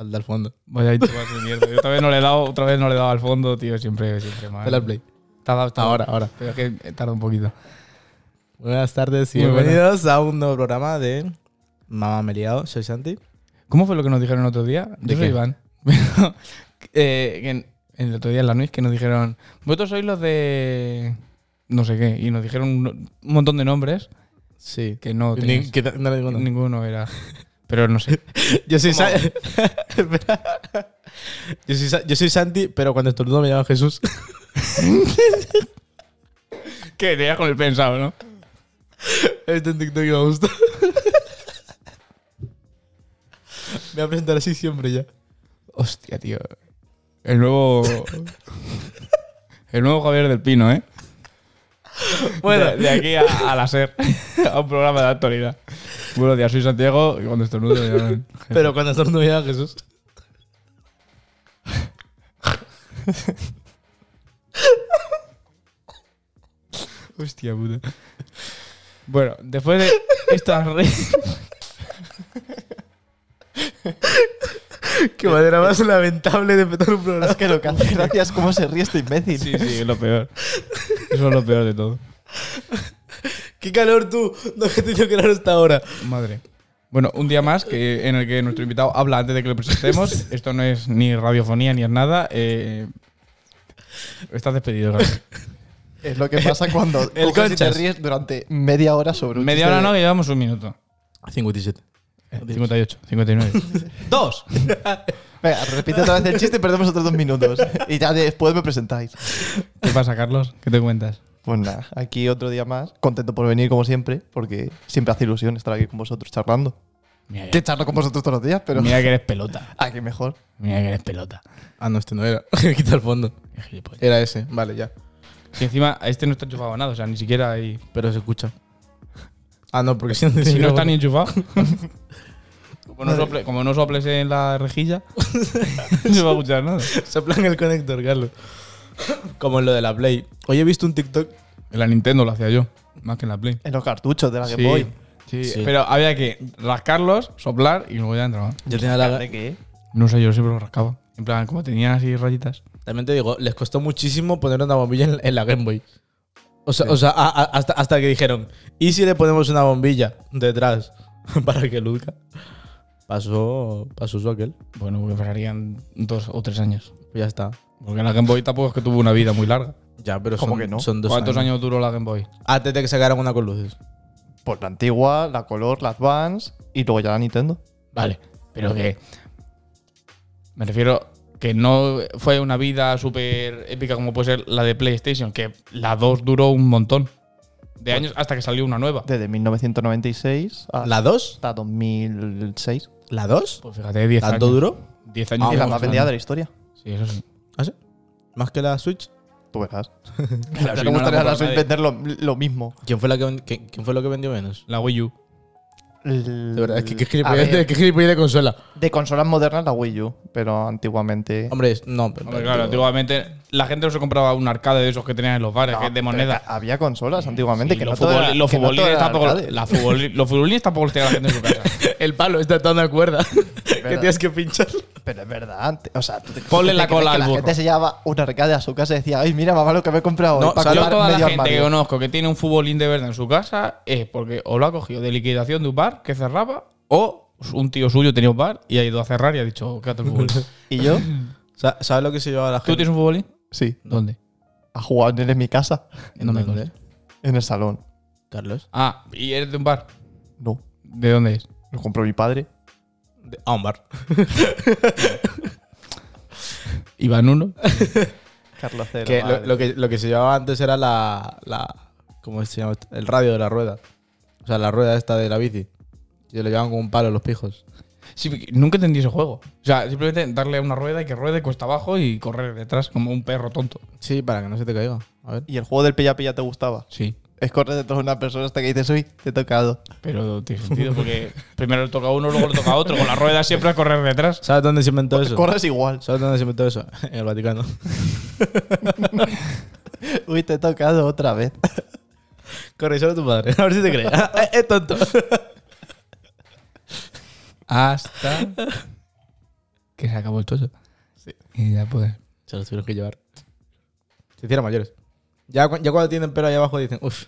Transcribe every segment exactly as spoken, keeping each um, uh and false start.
Falta el fondo. Vaya intro más de mierda. Yo otra vez no le he dado, otra vez no le he dado al fondo, tío. Siempre, siempre mal. Dale al play. Está dado, está Ahora, dado. ahora. Pero es que tarda un poquito. Buenas tardes y Muy bienvenidos a un nuevo programa de Mamá me he liado. Soy Santi. ¿Cómo fue lo que nos dijeron el otro día? ¿De Yo soy qué? Iván. eh, que en, el otro día en la Nuis que nos dijeron, vosotros sois los de no sé qué. Y nos dijeron un, un montón de nombres Sí. que no Ni- teníais. que no le digo nada. Ninguno era. Pero no sé. Yo soy, ¿Cómo? Sa- Espera. yo, soy Sa- yo soy Santi, pero cuando estornudo me llamo Jesús. Que te con el pensado, ¿no? Este en TikTok me gusta. Me voy a presentar así siempre ya. Hostia, tío. El nuevo. El nuevo Javier del Pino, ¿eh? Bueno. de, de aquí a, a la SER. A un programa de actualidad. Buenos días, soy Santiago y cuando estornudo me llaman Jesús. Pero cuando estornudo me llamo Jesús. Hostia puta. Bueno, después de estas redes. Qué manera más lamentable de empezar un programa. Es que lo que hace gracia es cómo se ríe este imbécil. Sí, sí, es lo peor. Eso es lo peor de todo. ¡Qué calor tú! No he tenido que calor hasta ahora. Madre. Bueno, un día más que en el que nuestro invitado habla antes de que lo presentemos. Esto no es ni radiofonía ni es nada. Eh, estás despedido, Gabriel. Es lo que pasa cuando El coges y te Conchas. ríes durante media hora sobre un Media chiste hora de- no, que llevamos un minuto. cincuenta y siete. Eh, cincuenta y ocho, cincuenta y nueve. ¡Dos! Venga, repite otra vez el chiste y perdemos otros dos minutos. Y ya después me presentáis. ¿Qué pasa, Carlos? ¿Qué te cuentas? Pues nada, aquí otro día más. Contento por venir como siempre, porque siempre hace ilusión estar aquí con vosotros charlando. Mira Que que, charlo con vosotros todos los días, pero mira que eres pelota. aquí mejor. Mira que eres pelota. Ah, no, este no era. Quita el fondo. Qué gilipollas. Era ese. Vale, ya. Si encima a este no está enchufado a nada, o sea, ni siquiera hay. Pero se escucha. Ah, no, porque si no, Si no está ni enchufado. Como no, sople- como no soples en la rejilla, no se va a escuchar nada. Sopla en el conector, Carlos. Como en lo de la Play. Hoy he visto un TikTok. En la Nintendo lo hacía yo, más que en la Play. En los cartuchos de la Game Sí, Boy. sí, Sí. pero había que rascarlos, soplar y luego ya entraba. Yo tenía la. ¿De qué? No sé, yo siempre los rascaba. En plan, como tenían así rayitas. También te digo, les costó muchísimo poner una bombilla en, en la Game Boy. O sea, o sea a- a- hasta, hasta que dijeron, ¿y si le ponemos una bombilla detrás para que luzca? Pasó, pasó eso aquel. Bueno, porque pasarían dos o tres años. Pues ya está. Porque la Game Boy tampoco es que tuvo una vida muy larga. Ya, pero ¿Cómo son, que no? son dos ¿Cuántos años. años duró la Game Boy? Antes de que sacaran una con luces. Pues la antigua, la color, la Advance y luego ya la Nintendo. Vale, pero que. Me refiero que no fue una vida súper épica como puede ser la de PlayStation, que la dos duró un montón de años hasta que salió una nueva. Desde mil novecientos noventa y seis hasta ¿La dos? dos mil seis. ¿La dos? Pues fíjate, diez años. ¿Tanto duró? diez años. y la llevamos más vendida de hablando. la historia. Sí, eso sí. ¿Ah, sí? ¿Más que la Switch? Tú verás. Claro, ya si me no la gustaría compra la Switch nadie. vender lo, lo mismo. ¿Quién fue, la que, ven- que- ¿Quién fue lo que vendió menos? La Wii U. De De verdad, es que qué A gilipollez ver, de, qué gilipollez de consola. de consolas modernas la Wii U, pero antiguamente… Hombre, es- no, pero. Hombre, claro, antiguamente la gente no se compraba un arcade de esos que tenían en los bares, No, que es de pero moneda. que había consolas antiguamente Sí, que los, no todo futbol- era- los que no todo futbolines era tampoco, arcade. la futbol- los futbolines tampoco los tenía la gente en su casa. El palo está atando a cuerda. que verdad. tienes que pinchar. Pero es verdad. te- O sea, ¿tú te- Ponle tú te la crees cola que al la burro. gente se llevaba un arcade a su casa y decía, ay, mira, mamá, lo que me he comprado hoy No, para Yo comprar toda la medio gente que armario". conozco que tiene un futbolín de verde en su casa es porque o lo ha cogido de liquidación de un bar que cerraba o un tío suyo tenía un bar y ha ido a cerrar y ha dicho, quédate el futbolín. ¿Y yo? Sa- ¿Sabes lo que se llevaba la ¿Tú gente? tienes un futbolín? Sí. ¿Dónde? A jugar en mi casa, No me ¿Dónde? en el salón. Carlos. Ah, ¿y eres de un bar? No, ¿De dónde es? lo compró mi padre. De- a un bar. Iván uno. Carlos Cero. Que lo, madre. lo que lo que se llevaba antes era la, la. ¿Cómo se llama? El radio de la rueda. O sea, la rueda esta de la bici. Y le llevaban con un palo los pijos. Sí, porque nunca entendí ese juego. O sea, simplemente darle a una rueda y que ruede cuesta abajo y correr detrás como un perro tonto. Sí, para que no se te caiga. A ver. ¿Y el juego del pilla pilla te gustaba? Sí. Es correr detrás de una persona hasta que dices, uy, te he tocado. Pero tiene sentido porque primero le toca a uno, luego le toca a otro. Con la rueda siempre a correr detrás. ¿Sabes dónde se inventó eso? Corres igual. ¿Sabes dónde se inventó eso? En el Vaticano. Uy, te he tocado otra vez. Corre, solo tu padre. A ver si te crees. es, es tonto. Hasta que se acabó el chocho. Sí. Y ya pues. Se los tuvieron que llevar. Se hicieron mayores. Ya, cu- ya cuando tienen pelo ahí abajo dicen, uff.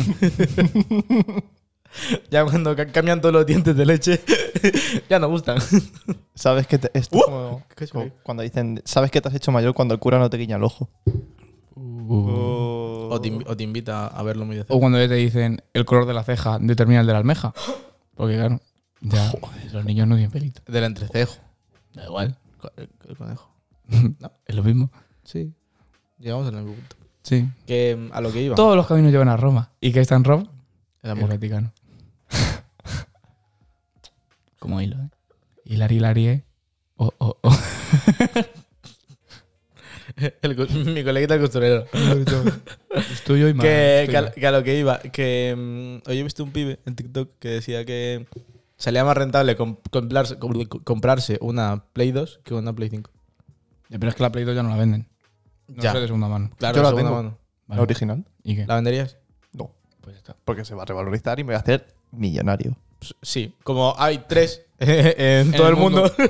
Ya cuando ca- cambian todos los dientes de leche, ya no gustan. ¿Sabes que te, esto ¡Uh! es como- ¿Qué se como ve? cuando dicen, ¿sabes que te has hecho mayor cuando el cura no te guiña el ojo? O te, invi- o te invita a verlo muy de cerca. O cuando ya te dicen el color de la ceja determina el de la almeja. Porque claro, ya los niños no tienen pelito. Del entrecejo. Da igual. Co- El, el conejo. Es lo mismo. Sí. Llegamos al mismo punto. Sí. Que mm, a lo que iba. Todos los caminos llevan a Roma. ¿Y qué está en Roma? El El amor. Vaticano. Como hilo, ¿eh? Hilari, hilari, ¿eh? Oh, oh, oh. El co- mi coleguita el costurero. Es tuyo y más. que, es que, a, tuyo. que a lo que iba. Que mm, hoy he visto un pibe en TikTok que decía que salía más rentable com- comprarse, com- comprarse una Play dos que una Play cinco. Ya, pero es que la Play dos ya no la venden. No Ya. sé de segunda mano. Claro, Yo la de segunda tengo. mano. Vale. ¿La original? ¿Y qué? ¿La venderías? No. Pues ya está. Porque se va a revalorizar y me voy a hacer millonario. Pues sí. Como hay tres en, En todo el el mundo. mundo.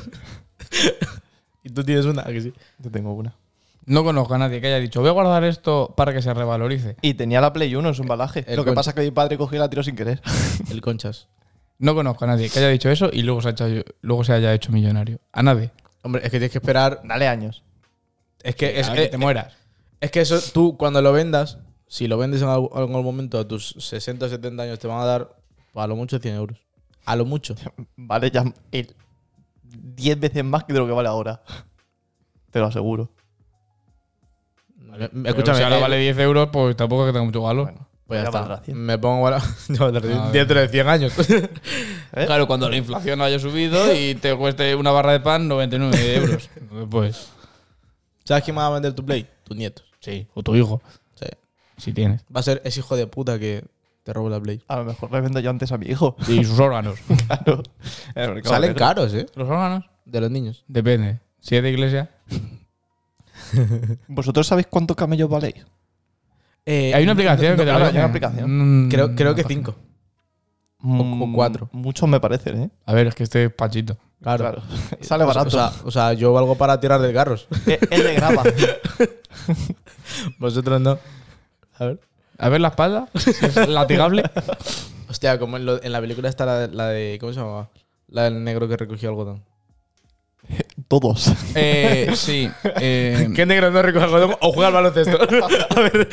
Y tú tienes una, ¿a que sí? Yo tengo una. No conozco a nadie que haya dicho, voy a guardar esto para que se revalorice. Y tenía la Play uno en su embalaje. El Lo que concha. pasa es que mi padre cogió y la tiró sin querer. El Conchas. No conozco a nadie que haya dicho eso y luego se, ha hecho- luego se haya hecho millonario. A nadie. Hombre, es que tienes que esperar. Dale años. Es que, es, A que eh, te mueras. es que eso tú cuando lo vendas, si lo vendes en algún, algún momento a tus sesenta o setenta años, te van a dar a lo mucho cien euros. A lo mucho. Vale ya el diez veces más que de lo que vale ahora. Te lo aseguro. Me- me- Pero escúchame, si ahora eh, vale diez euros, pues tampoco es que tenga mucho valor. Bueno, pues ya ya está. valdrá cien. Me pongo a yo A dentro ver. de cien años. ¿Eh? Claro, cuando la inflación haya subido y te cueste una barra de pan noventa y nueve euros. Entonces, pues, ¿Sabes quién va a vender tu Play? Tus nietos. sí. O tu hijo, Sí. si tienes. Va a ser ese hijo de puta que te robó la Play. A lo mejor le vendo yo antes a mi hijo. Y sus órganos. Claro. En el mercado Salen negro. caros, ¿eh? ¿Los órganos? De los niños. Depende. Si es de iglesia. ¿Vosotros sabéis cuántos camellos valéis? Eh, Hay una aplicación no, que te no, lo hay dice. una aplicación. Mm, Creo, creo una que página. cinco. O- o cuatro. Mm, Muchos me parecen, ¿eh? A ver, es que este es Pachito. Claro. Claro. Sale O sea- barato. O sea, o sea, yo valgo para tirar de carros. es, es de grava. Vosotros no. A ver. A ver la espalda. Si es latigable. Hostia, como en, lo- en la película está la, la de. ¿Cómo se llamaba? La del negro que recogió algodón. Todos. Eh, sí. eh, ¿Qué negro no recoge algodón o juega al baloncesto? A ver.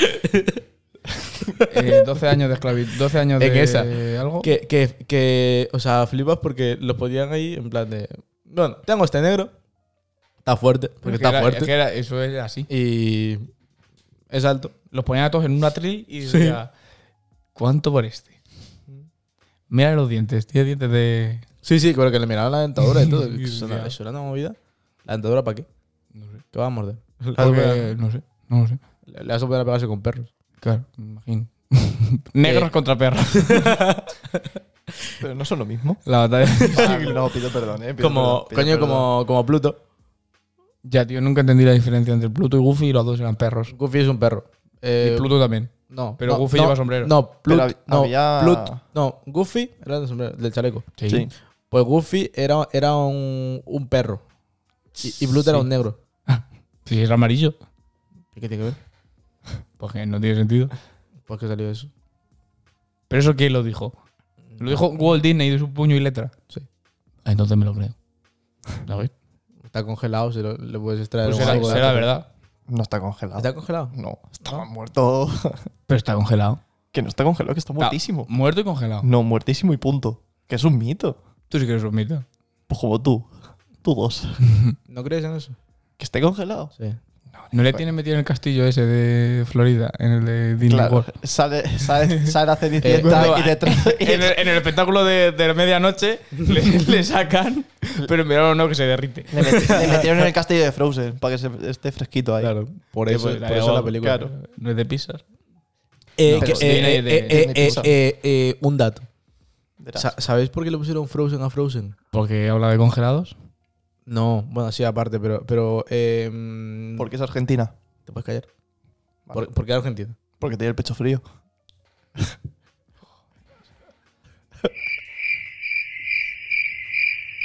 eh, doce años de esclavitud. doce años En de esa. algo. Que, que, que, o sea, flipas porque lo podían ahí en plan de. Bueno, tengo este negro. Está fuerte, porque Es que está era- fuerte. es que era- eso es así. Y. Es alto. Los ponían a todos en un atril y Sí. decía, ¿cuánto por este? Mira los dientes, tiene dientes de... Sí, sí, pero que le miraban la dentadura y todo. Sí, Eso era, ya. eso era una movida. ¿La dentadura para qué? No sé. ¿Qué va a morder? Le vas a Porque, poder- no sé, no lo sé. le vas a poder pegarse con perros. Claro, me imagino. Negros Eh. contra perros. Pero no son lo mismo. La batalla. Ah, no, pido perdón, ¿eh? Pido Como, perdón, pido coño, perdón. como, como Pluto. Ya, tío, nunca entendí la diferencia entre Pluto y Goofy y los dos eran perros. Goofy es un perro. Eh, y Pluto también. No. Pero no, Goofy no, lleva sombrero. No, Pluto. Pero hab- No, había- Plut- no, Goofy era del sombrero, del chaleco. Sí. Pues Goofy era, era un, un perro. Y, y Pluto era Sí. un negro. Si era amarillo, ¿Qué tiene que ver? porque no tiene sentido. ¿Por qué salió eso? ¿Pero eso quién lo dijo? Lo dijo Walt Disney de su puño y letra. Sí. Ah, entonces me lo creo. ¿Sabes? Está congelado, se lo- le puedes extraer Pues un será, algo de será azúcar. verdad. No está congelado. ¿Está congelado? No, estaba muerto. Pero está congelado. Que no está congelado, que está muertísimo. Muerto y congelado. No, muertísimo y punto. Que es un mito. Tú sí que eres un mito. Pues como tú. Tú dos. ¿No crees en eso? Que esté congelado. Sí. ¿No le tienen metido en el castillo ese de Florida, en el de Disney Claro. World? Sale, sale, sale la Eh, cenicienta bueno, y detrás. En el, en el espectáculo de, de la medianoche le, le sacan, pero miraron no que se derrite. Le, met- le metieron en el castillo de Frozen para que se, esté fresquito ahí. Claro. Por Sí, eso, pues, por la eso de- la película. claro. No es de pizzas. Eh, No, que- pues eh, viene eh, de- eh, de eh, Pixar. eh, eh, un dato. Verás. Sa- ¿Sabéis por qué le pusieron Frozen a Frozen? Porque habla de congelados. No, bueno, sí, aparte, pero. pero eh, mm, ¿Por qué es Argentina? ¿Te puedes callar? Vale. ¿Por, ¿por qué Argentina? Porque tiene el pecho frío.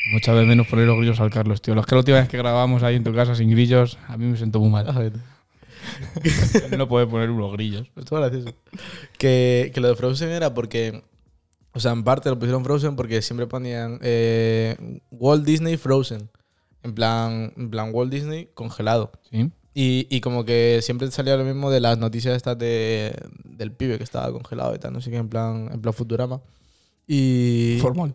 Muchas veces menos poner los grillos al Carlos, tío. Los que la última vez que grabamos ahí en tu casa sin grillos, a mí me siento muy mal. No puede poner unos grillos. Esto es gracioso. Que, que lo de Frozen era porque... O sea, en parte lo pusieron Frozen porque siempre ponían eh, Walt Disney Frozen. En plan, en plan Walt Disney congelado. Sí. Y, y como que siempre salía lo mismo de las noticias estas de, del pibe que estaba congelado y tal. No sé qué, en plan, en plan Futurama. Y... Formal.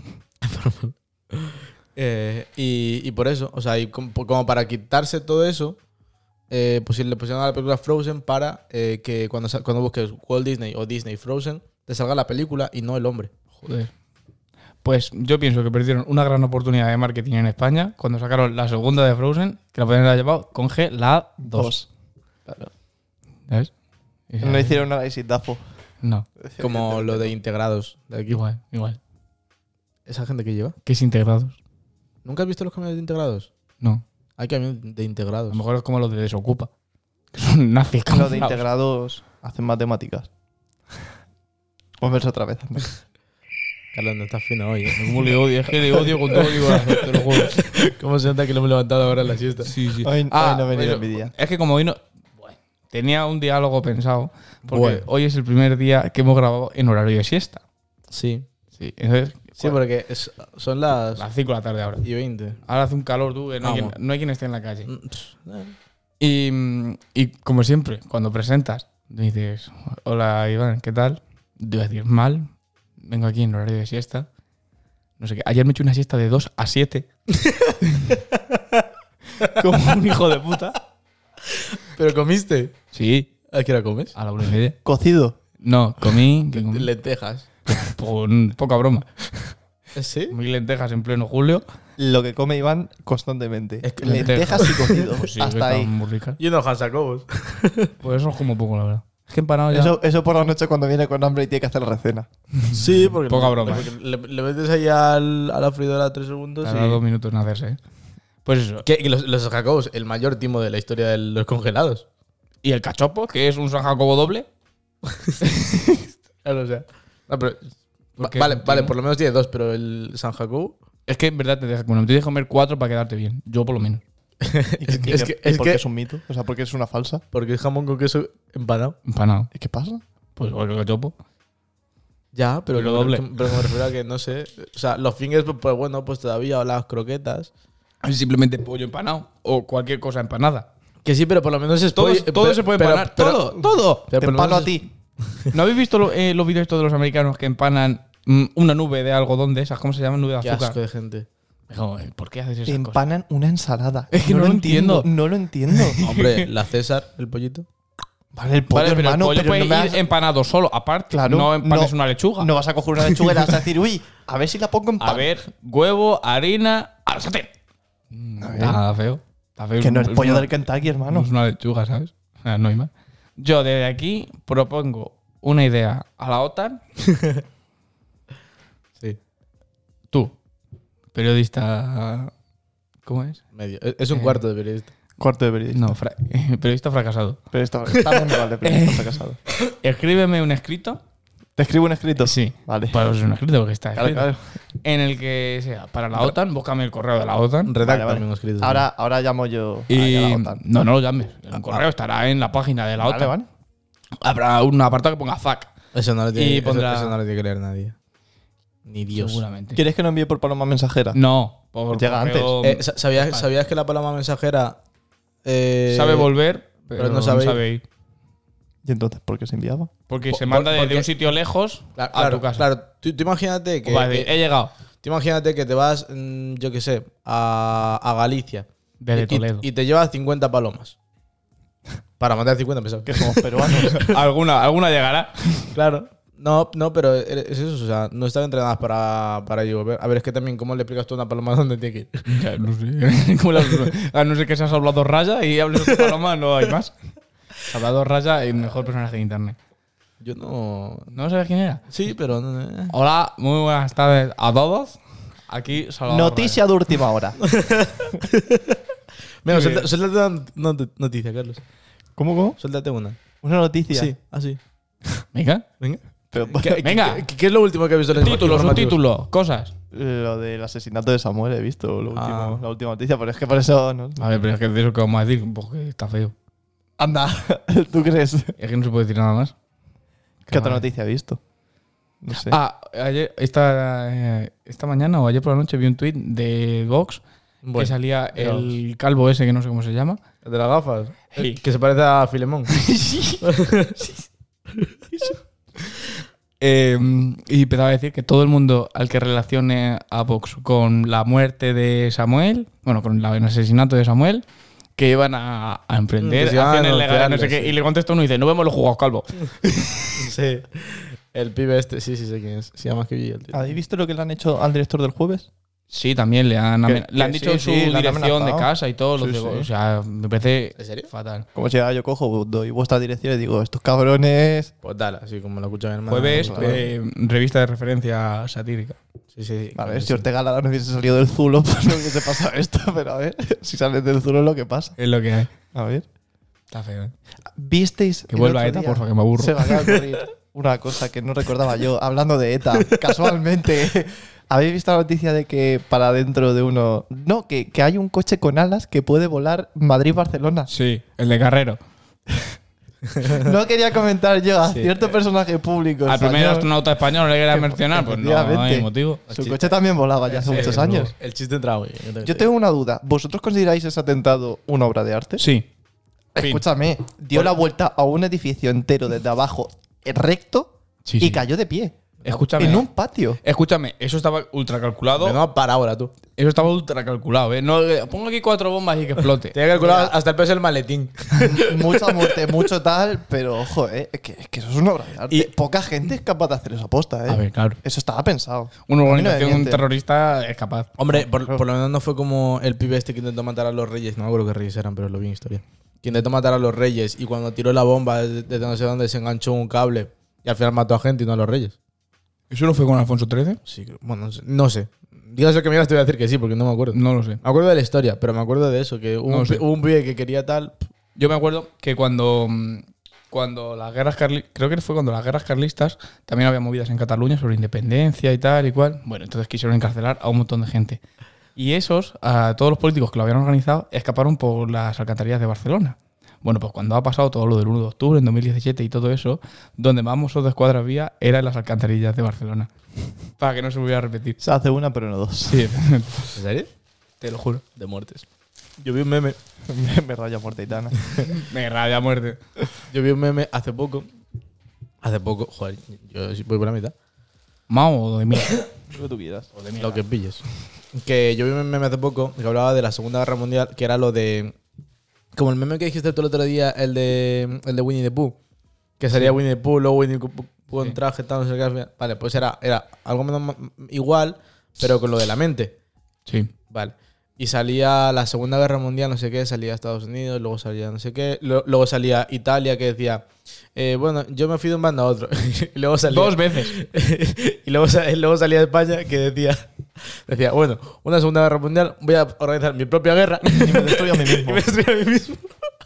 Eh, y, y por eso, o sea, y como, como para quitarse todo eso, eh, pues le pusieron a la película Frozen para eh, que cuando, sa- cuando busques Walt Disney o Disney Frozen, te salga la película y no el hombre. Joder. Pues yo pienso que perdieron una gran oportunidad de marketing en España cuando sacaron la segunda de Frozen, que la podrían haber llamado Congelado dos. Claro. ¿Sabes? No hicieron nada de Dafo. No, Como lo de integrados de aquí. igual, igual. ¿Esa gente que lleva? ¿Qué es integrados? ¿Nunca has visto los camiones de integrados? No. Hay camiones de A integrados. lo mejor es como los de Desocupa. Que son nazis Los de camuflados. integrados hacen matemáticas. Volverse otra vez. Carlos, no estás fino hoy, ¿eh? Como le odio, es que le odio con todo mi corazón, te lo juro. ¿Cómo se nota que lo hemos levantado ahora en la siesta? Sí, sí. Hoy- hoy no me bueno, mi día. Es que como hoy no... Bueno, tenía un diálogo pensado, porque Bueno. hoy es el primer día que hemos grabado en horario de siesta. Sí. Sí, entonces... Sí, porque es- son las Las cinco de la tarde ahora. y veinte. Ahora hace un calor, tú, que no, hay Vamos. quien, no hay quien esté en la calle. Mm, pff, eh. Y, mm, y como siempre, cuando presentas, dices, hola Iván, ¿qué tal? Te voy a decir, mal, vengo aquí en horario de siesta. No sé qué. Ayer me eché una siesta de dos a siete. Como un hijo de puta. ¿Pero comiste? Sí, ¿A qué hora comes? a la una y media. Cocido. No, comí, ¿qué comí? Lentejas. Con poca broma. ¿Sí? Mil lentejas en pleno julio. Lo que come Iván constantemente. Es que lentejas y cocido. Pues sí, Hasta que ahí. están muy ricas. Y unos Hansacobos. Pues eso es como poco, la verdad. Es que empanado ya... Eso, eso por la noche cuando viene con hambre y tiene que hacer la recena. Sí, porque, Poca broma. porque le, le metes ahí al, a la freidora tres segundos tarda y... dos minutos en hacerse, ¿eh? Pues eso. ¿Qué? Y los, los Jacobos, el mayor timo de la historia de los congelados. Y el cachopo, que es un San Jacobo doble. Claro, o sea... No, pero, ¿Por va- qué? vale, ¿Por qué vale, no? por lo menos tiene dos, pero el San Jacobo... Es que en verdad te deja, bueno, te tienes que comer cuatro para quedarte bien. Yo por lo menos. Y Es que- y es que- que- y es porque que- es un mito. O sea, porque es una falsa. Porque es jamón con queso empanado. Empanado. ¿Y qué pasa? Pues igual que el cachopo. Ya, pero, Pero que me- doble. que- pero me refiero a que, no sé... O sea, los fingers, pues, pues bueno, pues todavía, o las croquetas... Es simplemente pollo empanado. O cualquier cosa empanada. Que sí, pero por lo menos es Todo, pollo- todo pero- se puede pero- empanar. pero- todo, todo. pero Te por lo empano menos a ti. ¿No habéis visto lo- eh, los vídeos estos de los americanos que empanan mm, una nube de algodón de esas? ¿Cómo se llama? Nube de Qué azúcar. asco de gente. Joder, ¿por qué haces esas cosas? Empanan una ensalada. Es que no lo entiendo. No lo entiendo. Hombre, la César, el pollito. Vale, el pollo, Vale, pero el hermano, pollo pero puede no me ir vas- empanado solo, aparte. Claro, no empanes no- una lechuga. No vas a coger una lechuga y le vas a decir, uy, a ver si la pongo en pan. A ver, huevo, harina, al sartén. A ver. Está feo. Está feo. Que no es pollo una- del Kentucky, hermano. No es una lechuga, ¿sabes? O sea, no hay más. Yo desde aquí propongo una idea a la OTAN. Sí. Tú, periodista. ¿Cómo es? Medio. Es es un Eh. cuarto de periodista. Cuarto de periodista. No, fra- periodista fracasado. Pero está, estamos igual de periodista fracasado. Escríbeme un escrito. ¿Te escribo un escrito? Sí. Vale. Pues es un escrito porque está Claro, escrito. claro. En el que sea para la OTAN, búscame el correo de la OTAN. Redacta Vale, vale. también escrito. Ahora, ahora llamo yo a Y la OTAN. no, no lo llames. El Ah, correo estará en la página de la Vale, OTAN. vale. Habrá un apartado que ponga F A Q. Eso no lo tiene, Y eso- pondrá- eso no lo tiene que leer nadie. Ni Dios. Seguramente. ¿Quieres que lo envíe por paloma mensajera? No, por Llega correo- Eh, sa- ¿sabías, Vale. ¿Sabías que la paloma mensajera eh, sabe volver, pero, pero no no sabe sabe, ir. ir. ¿Y entonces por qué se enviaba? Porque Po- se manda por- desde porque- un sitio lejos Claro, a claro, tu casa. claro. Tú, tú imagínate que, O va a decir, que- he llegado tú imagínate que te vas, mm, yo qué sé, a, a Galicia desde y, Toledo. y te llevas cincuenta palomas. Para mandar cincuenta pesos. Que somos peruanos. alguna, alguna llegará. Claro. No, no, pero es eso, o sea, no están entrenadas para, para ir y volver. A ver, es que también, ¿cómo le explicas tú a una paloma dónde tiene que ir? Ya, no sé. ¿Cómo la- a no ser que seas hablado raya y hables de paloma, no hay más. Hablado raya, el mejor personaje de internet. Yo no. ¿No sabes quién era? Sí, pero no. eh. Hola, muy buenas tardes a todos. Aquí Salvador Noticia de última hora. Venga, Sí. suelta- suéltate una not- noticia, Carlos. ¿Cómo, cómo? Suéltate una. Una noticia. Sí, así. Raya. Venga. Venga. Pero, ¿Qué, Venga. ¿qué, qué es lo último que he visto en el Título, subtítulo, cosas. lo del asesinato de Samuel he visto, lo último, Ah. la última noticia, pero es que por eso no. A ver, pero es que de eso que vamos a decir, porque está feo. Anda, ¿tú crees? Es que no se puede decir nada más. ¿Qué otra vale. noticia he visto? No sé. Ah, ayer, esta, eh, esta mañana o ayer por la noche vi un tuit de Vox que Bueno, salía el calvo ese que no sé cómo se llama. el de las gafas. Sí. El que se parece a Filemón. Eh, y empezaba a decir que todo el mundo al que relacione a Vox con la muerte de Samuel, bueno, con la- el asesinato de Samuel, que iban a, a emprender Que se iban a acciones legales, no sé denunciarle, qué. sí. Y le contesta uno y dice, no vemos los jugados, calvo. Sí. El pibe este, sí, sí sé quién es. Se llama Kibby, el tío. ¿Habéis visto lo que le han hecho al director del jueves? Sí, también le han, Que- le han que dicho sí, su sí, le han dirección de amenazado. casa y todo. Los Sí, de- sí. O sea, me parece ¿En serio? fatal. Como si yo cojo, doy vuestra dirección y digo, estos cabrones. Pues dale, así como lo escucha mi hermano. Jueves, claro. eh, revista de referencia satírica. Sí, sí, sí. A ver, claro, si sí. Ortega Lara no hubiese salido del Zulo, pues no hubiese pasado esto. Pero a ver, si sales del Zulo es lo que pasa. Es lo que hay. A ver. Está feo, ¿eh? ¿Visteis? Que el vuelva otro ETA, día? porfa, que me aburro. Se me acaba de ocurrir una cosa que no recordaba yo, hablando de ETA, casualmente. ¿Habéis visto la noticia de que para dentro de uno. No, que, que hay un coche con alas que puede volar Madrid-Barcelona? Sí, el de Carrero. No quería comentar yo a Sí. cierto personaje público. Al primer español, astronauta español le quería que- mencionar, pues no, efectivamente. hay motivo. Su coche también volaba ya hace Sí, muchos no, años. El chiste entraba muy bien. Yo tengo una duda. ¿Vosotros consideráis ese atentado una obra de arte? Sí. Fin. Escúchame, dio la vuelta a un edificio entero desde abajo eh, recto Sí, y sí. cayó de pie. Escúchame. En un patio. Escúchame, eso estaba ultra calculado. Menuda parábola, tú. Eso estaba ultra calculado, ¿eh? No, eh, pongo aquí cuatro bombas y que explote. Tenía calculado hasta el peso del maletín. Mucha muerte, mucho tal, pero ojo, eh, es, que, es que eso es una obra de arte. Y- Poca gente es capaz de hacer eso aposta, eh. A ver, claro. Eso estaba pensado. Una A mí no me organización mienten. terrorista es capaz. Hombre, por, por lo menos no fue como el pibe este que intentó matar a los reyes. No me acuerdo qué reyes eran, pero lo vi en historia. Que intentó matar a los reyes y cuando tiró la bomba desde, desde no sé dónde se enganchó un cable y al final mató a gente y no a los reyes. ¿Eso no fue con Alfonso trece? Sí, que- bueno, no sé. No sé. Dígase que me te voy a decir que sí, porque no me acuerdo. No lo sé. Me acuerdo de la historia, pero me acuerdo de eso, que hubo, No un, sé. pi- hubo un pibe que quería tal. Yo me acuerdo que cuando, mm, cuando las guerras carlistas, creo que fue cuando las guerras carlistas, también había movidas en Cataluña sobre independencia y tal y cual. Bueno, entonces quisieron encarcelar a un montón de gente. Y esos, a todos los políticos que lo habían organizado, escaparon por las alcantarillas de Barcelona. Bueno, pues cuando ha pasado todo lo del uno de octubre, en dos mil diecisiete y todo eso, donde más mozos de escuadra había era en las alcantarillas de Barcelona. Para que no se volviera a repetir. Se hace una, pero no dos. Sí, ¿En serio? te lo juro. De muertes. Yo vi un meme. me, me raya muerte gitana. Me rabia a muerte. Yo vi un meme hace poco. Hace poco, joder, yo sí voy por la mitad. Mao o de mí. Lo que tú quieras. Lo que pilles. Que yo vi un meme hace poco que hablaba de la Segunda Guerra Mundial, que era lo de. Como el meme que dijiste tú el otro día, el de, el de Winnie the Pooh. Que salía Winnie the Pooh, luego Winnie the Pooh en Sí. traje, tal, no sé qué. al final- Vale, pues era, era algo menos ma- igual, pero con lo de la mente. Sí. Vale. Y salía la Segunda Guerra Mundial, no sé qué, salía Estados Unidos, luego salía no sé qué, lo- luego salía Italia, que decía, eh, bueno, yo me fui de un bando a otro. Y luego salía, Dos veces. y luego, sa- y luego salía España, que decía, decía, bueno, una Segunda Guerra Mundial, voy a organizar mi propia guerra Y me destruyo a mí y mismo. me destruyo a mí mismo.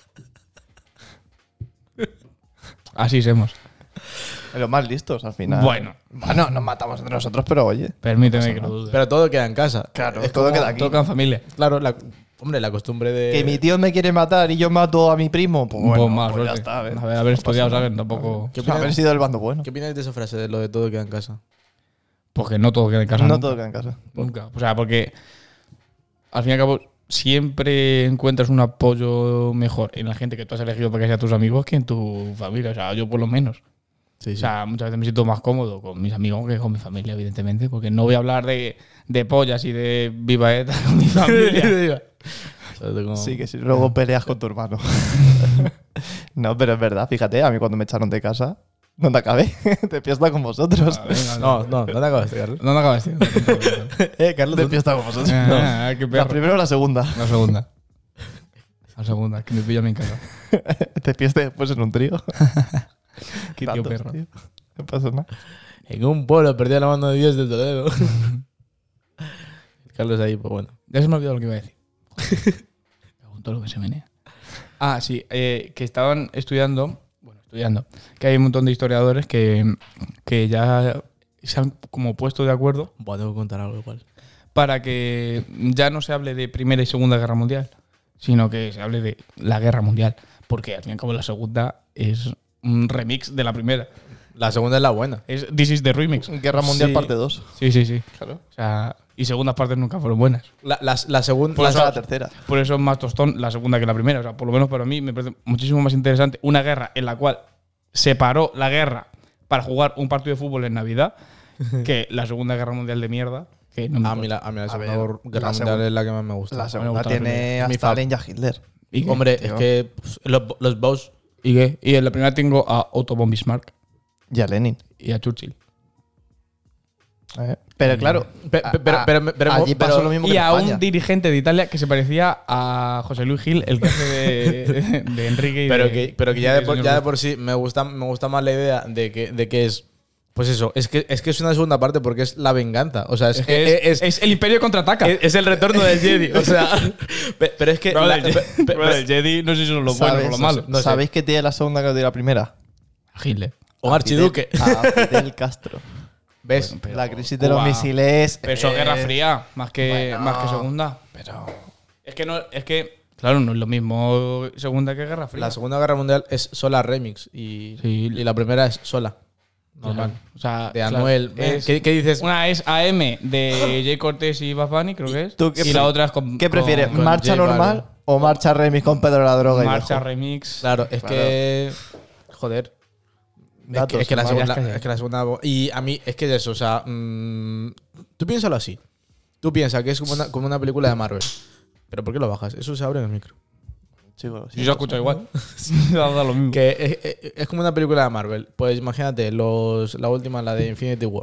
Así somos. Los más listos al final. Bueno. Bueno, nos matamos entre nosotros, pero oye. Permíteme que lo dude. Pero todo queda en casa. Claro, es todo como- queda aquí. Toca en familia. Claro, la, hombre, la costumbre de... Que mi tío me quiere matar y yo mato a mi primo. Pues bueno, Pues más pues ya suerte. está. ¿ves? A ver, haber No estudiado, pasa ¿sabes? Tampoco. ¿Qué nada. opináis, Haber sido el bando bueno. ¿Qué opináis de esa frase, de lo de todo queda en casa? Porque no todo queda en casa. No nunca. todo queda en casa. Nunca. O sea, porque al fin y al cabo siempre encuentras un apoyo mejor en la gente que tú has elegido para que sean tus amigos que en tu familia. O sea, yo por lo menos. Sí, O sea, muchas veces me siento más cómodo con mis amigos que con mi familia, evidentemente, porque no voy a hablar de, de pollas y de viva ETA con mi familia. ¿Sabes? Como- Sí, que si luego peleas con tu hermano. No, pero es verdad, fíjate, a mí cuando me echaron de casa, no te acabé, de fiesta con vosotros. Ah, venga, No, no, no te acabas de Carlos. No me acabas, tío. Eh, Carlos, De ¿tú- fiesta con vosotros. Ah, qué La perro. primera o la segunda. La segunda. La segunda, que me pilla a mí en casa. Te fiesta después en un trío. Qué tío Ratos, perro. tío. No pasa nada. En un pueblo perdió la mano de Dios de Toledo. Carlos ahí, pues bueno. Ya se me ha olvidado lo que iba a decir. Me preguntó lo que se menea. Ah, sí, eh, que estaban estudiando. Bueno, estudiando, que hay un montón de historiadores que, que ya se han como puesto de acuerdo Buah, tengo que contar algo igual. para que ya no se hable de Primera y Segunda Guerra Mundial, sino que se hable de la Guerra Mundial, porque al fin y al cabo la segunda es un remix de la primera. La segunda es la buena. Es This is the remix. Guerra Mundial Sí. parte dos. Sí, sí, sí. Claro. O sea, y segundas partes nunca fueron buenas. La, la, la segunda. Pues la- la tercera. Por eso es más tostón la segunda que la primera. O sea, por lo menos para mí me parece muchísimo más interesante una guerra en la cual se paró la guerra para jugar un partido de fútbol en Navidad que la Segunda Guerra Mundial de mierda. Que no me a mí importa. la, a mí la A segunda ver, guerra la mundial segunda- es la que más me gusta. La segunda gusta la tiene primera. Mi hasta fab. Alen y a Hitler. ¿Y qué? Hombre, tío. es que pues, los, los boss. ¿Y qué? Y en la primera tengo a Otto von Bismarck Y a Lenin. y a Churchill. Eh, Pero claro, Pe- pe- pero- a- pero- pero- allí pero- pasó lo mismo que Y en a España. un dirigente de Italia que se parecía a José Luis Gil, el que hace de, de Enrique y Pero de- que, pero que ya, de por, señor ya de Luz. por sí me gusta, me gusta más la idea de que, de que es. Pues eso, es que, es que es una segunda parte porque es la venganza. O sea, es, Es, que es, es- es el Imperio contraataca. es- es el retorno del Jedi. O sea, pe- pero es que. Pero la- el, pe- pe- pero el Jedi no sé si son los buenos o ¿Sabes? los malos. No sé. ¿Sabéis qué tiene la segunda que tiene la primera? Hitler. un archiduque. A Fidel Castro. ¿Ves? Pero la crisis de los Cuba- misiles. Pero eso es eh, Guerra Fría, más que, bueno, más que Segunda. Pero. Es que no, es que, claro, no es lo mismo Segunda que Guerra Fría. La Segunda Guerra Mundial es sola remix y, Sí. y la primera es sola. Normal. O sea, De claro, Anuel. es- ¿Qué, qué dices? Una es A M de Jay Cortés y Bad Bunny, creo que es. ¿Tú qué y la pre- otra es con. ¿Qué prefieres? con ¿Marcha J normal Balvin. o marcha remix con Pedro la droga? y Marcha Dejo? Remix. Claro, es Claro. que. Joder. Es que, Datos, es, que la hermano. segunda, es que la segunda. Y a mí, es que es eso, o sea. mm, tú piénsalo así. Tú piensas que es como una, como una película de Marvel. ¿Pero por qué lo bajas? Eso se abre en el micro. Chicos, Si se escucha igual. da da lo mismo. Que es, es- es como una película de Marvel. Pues imagínate, los, la última, la de Infinity War.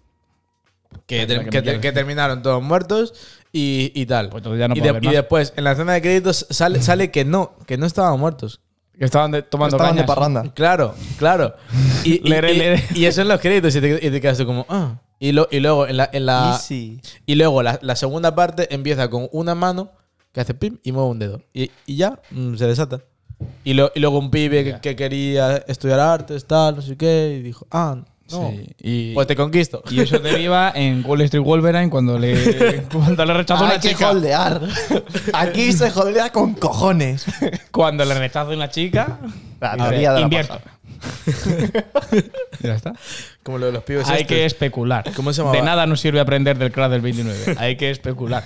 Que, La ter- que me que ter- quiere. que terminaron todos muertos y, y tal. Pues entonces ya no y, puedo de- ver y más. después, en la escena de créditos, sale, sale que no, que no estaban muertos. Que estaban de- tomando Estaban de cañas. parranda. Claro, claro. Y, y, Lere, y- lere. y eso en los créditos y te, y te quedas tú como, ah. Y, lo- y luego en la, en la Easy. y luego la, la segunda parte empieza con una mano que hace pim y mueve un dedo. Y, y ya mm, se desata. Y, lo- y luego un pibe que, Ya. que quería estudiar artes, tal, no sé qué, y dijo, ah, no. Sí, y, Pues te conquisto. y eso deriva en Wall Street Wolverine cuando le, cuando le rechaza Hay una que chica. holdear. Aquí se holdea con cojones. Cuando le rechaza una chica, La dice, teoría de la invierto. paja. Ya está. Como lo de los pibes Hay estos. que especular. ¿Cómo se llamaba? De nada nos sirve aprender del crack del veintinueve. Hay que especular.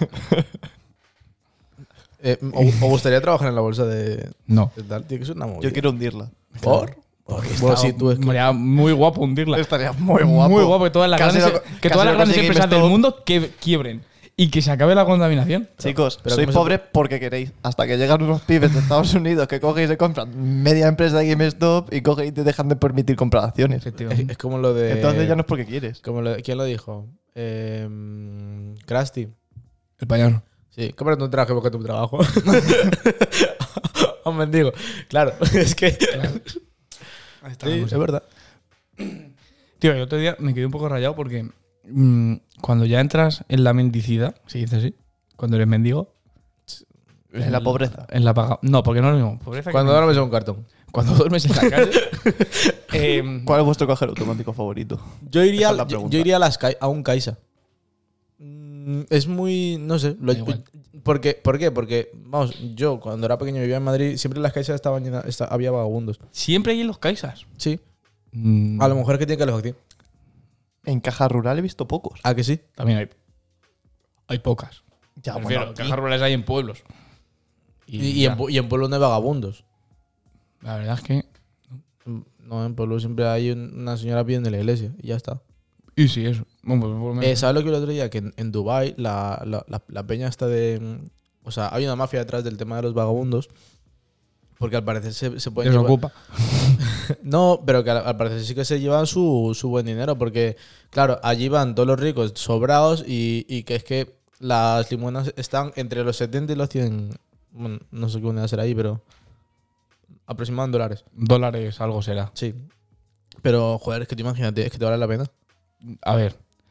Eh, ¿o, o gustaría trabajar en la bolsa de, No. de tal? Tiene que ser una movida. Yo quiero hundirla. ¿Por? Porque bueno, sí, tú es que- Sería muy guapo hundirla. Estaría muy guapo. Muy guapo que todas las Casi grandes, lo- que casi todas las lo grandes conseguimos empresas del todo. mundo que quiebren y que se acabe la contaminación. Chicos, Pero sois ¿cómo se- pobres porque queréis. Hasta que llegan unos pibes de Estados Unidos que cogen y se compran media empresa de GameStop y cogen y te dejan de permitir comprar acciones. es, es como lo de. Entonces ya no es porque quieres. Como lo de- ¿Quién lo dijo? Eh, Krusty. El payaso. Sí, cómprate un traje porque tu trabajo. A un mendigo. Claro, es que. Sí, es verdad. Tío, el otro día me quedé un poco rayado porque mm, cuando ya entras en la mendicidad, se dice así, cuando eres mendigo. En la pobreza. En la paga. No, porque no es lo mismo. Pobreza que Cuando men- duermes en un cartón. cuando duermes en la calle. eh, ¿Cuál es vuestro cajero automático favorito? Yo iría, Esa es la yo, pregunta. yo iría a, las, Kai- a un Caixa. Mm, Es muy. No sé. Lo, Da igual. porque, ¿Por qué? Porque, vamos, yo cuando era pequeño vivía en Madrid, siempre las Caixas estaban llenas. esta- había vagabundos. siempre hay en los Caixas. Sí. Mm, A lo mejor es que tiene calefacción. En caja rural he visto pocos. ¿A que sí? También hay. Hay pocas. Ya, Me bueno, refiero, aquí. cajas rurales hay en pueblos. Y, y en, ya. pu- y en pueblos no hay vagabundos. La verdad es que. No, en pueblos siempre hay un- una señora pidiendo en la iglesia y ya está. Y sí, eso. Bueno, pues, por lo menos. Eh, ¿Sabes lo que el otro día? Que en, en Dubái la, la, la, la peña está de. mm, O sea, hay una mafia detrás del tema de los vagabundos. Porque al parecer se, se pueden llevar- Desocupa. No, pero que al, al parecer sí que se llevan su, su buen dinero. Porque, claro, allí van todos los ricos sobrados y, y que es que las limonas están entre los setenta y los cien. Bueno, no sé qué unidad será ahí, pero. Aproximadamente en dólares. Dólares algo será. Sí. Pero, joder, es que tú imagínate, es que te vale la pena. A ver.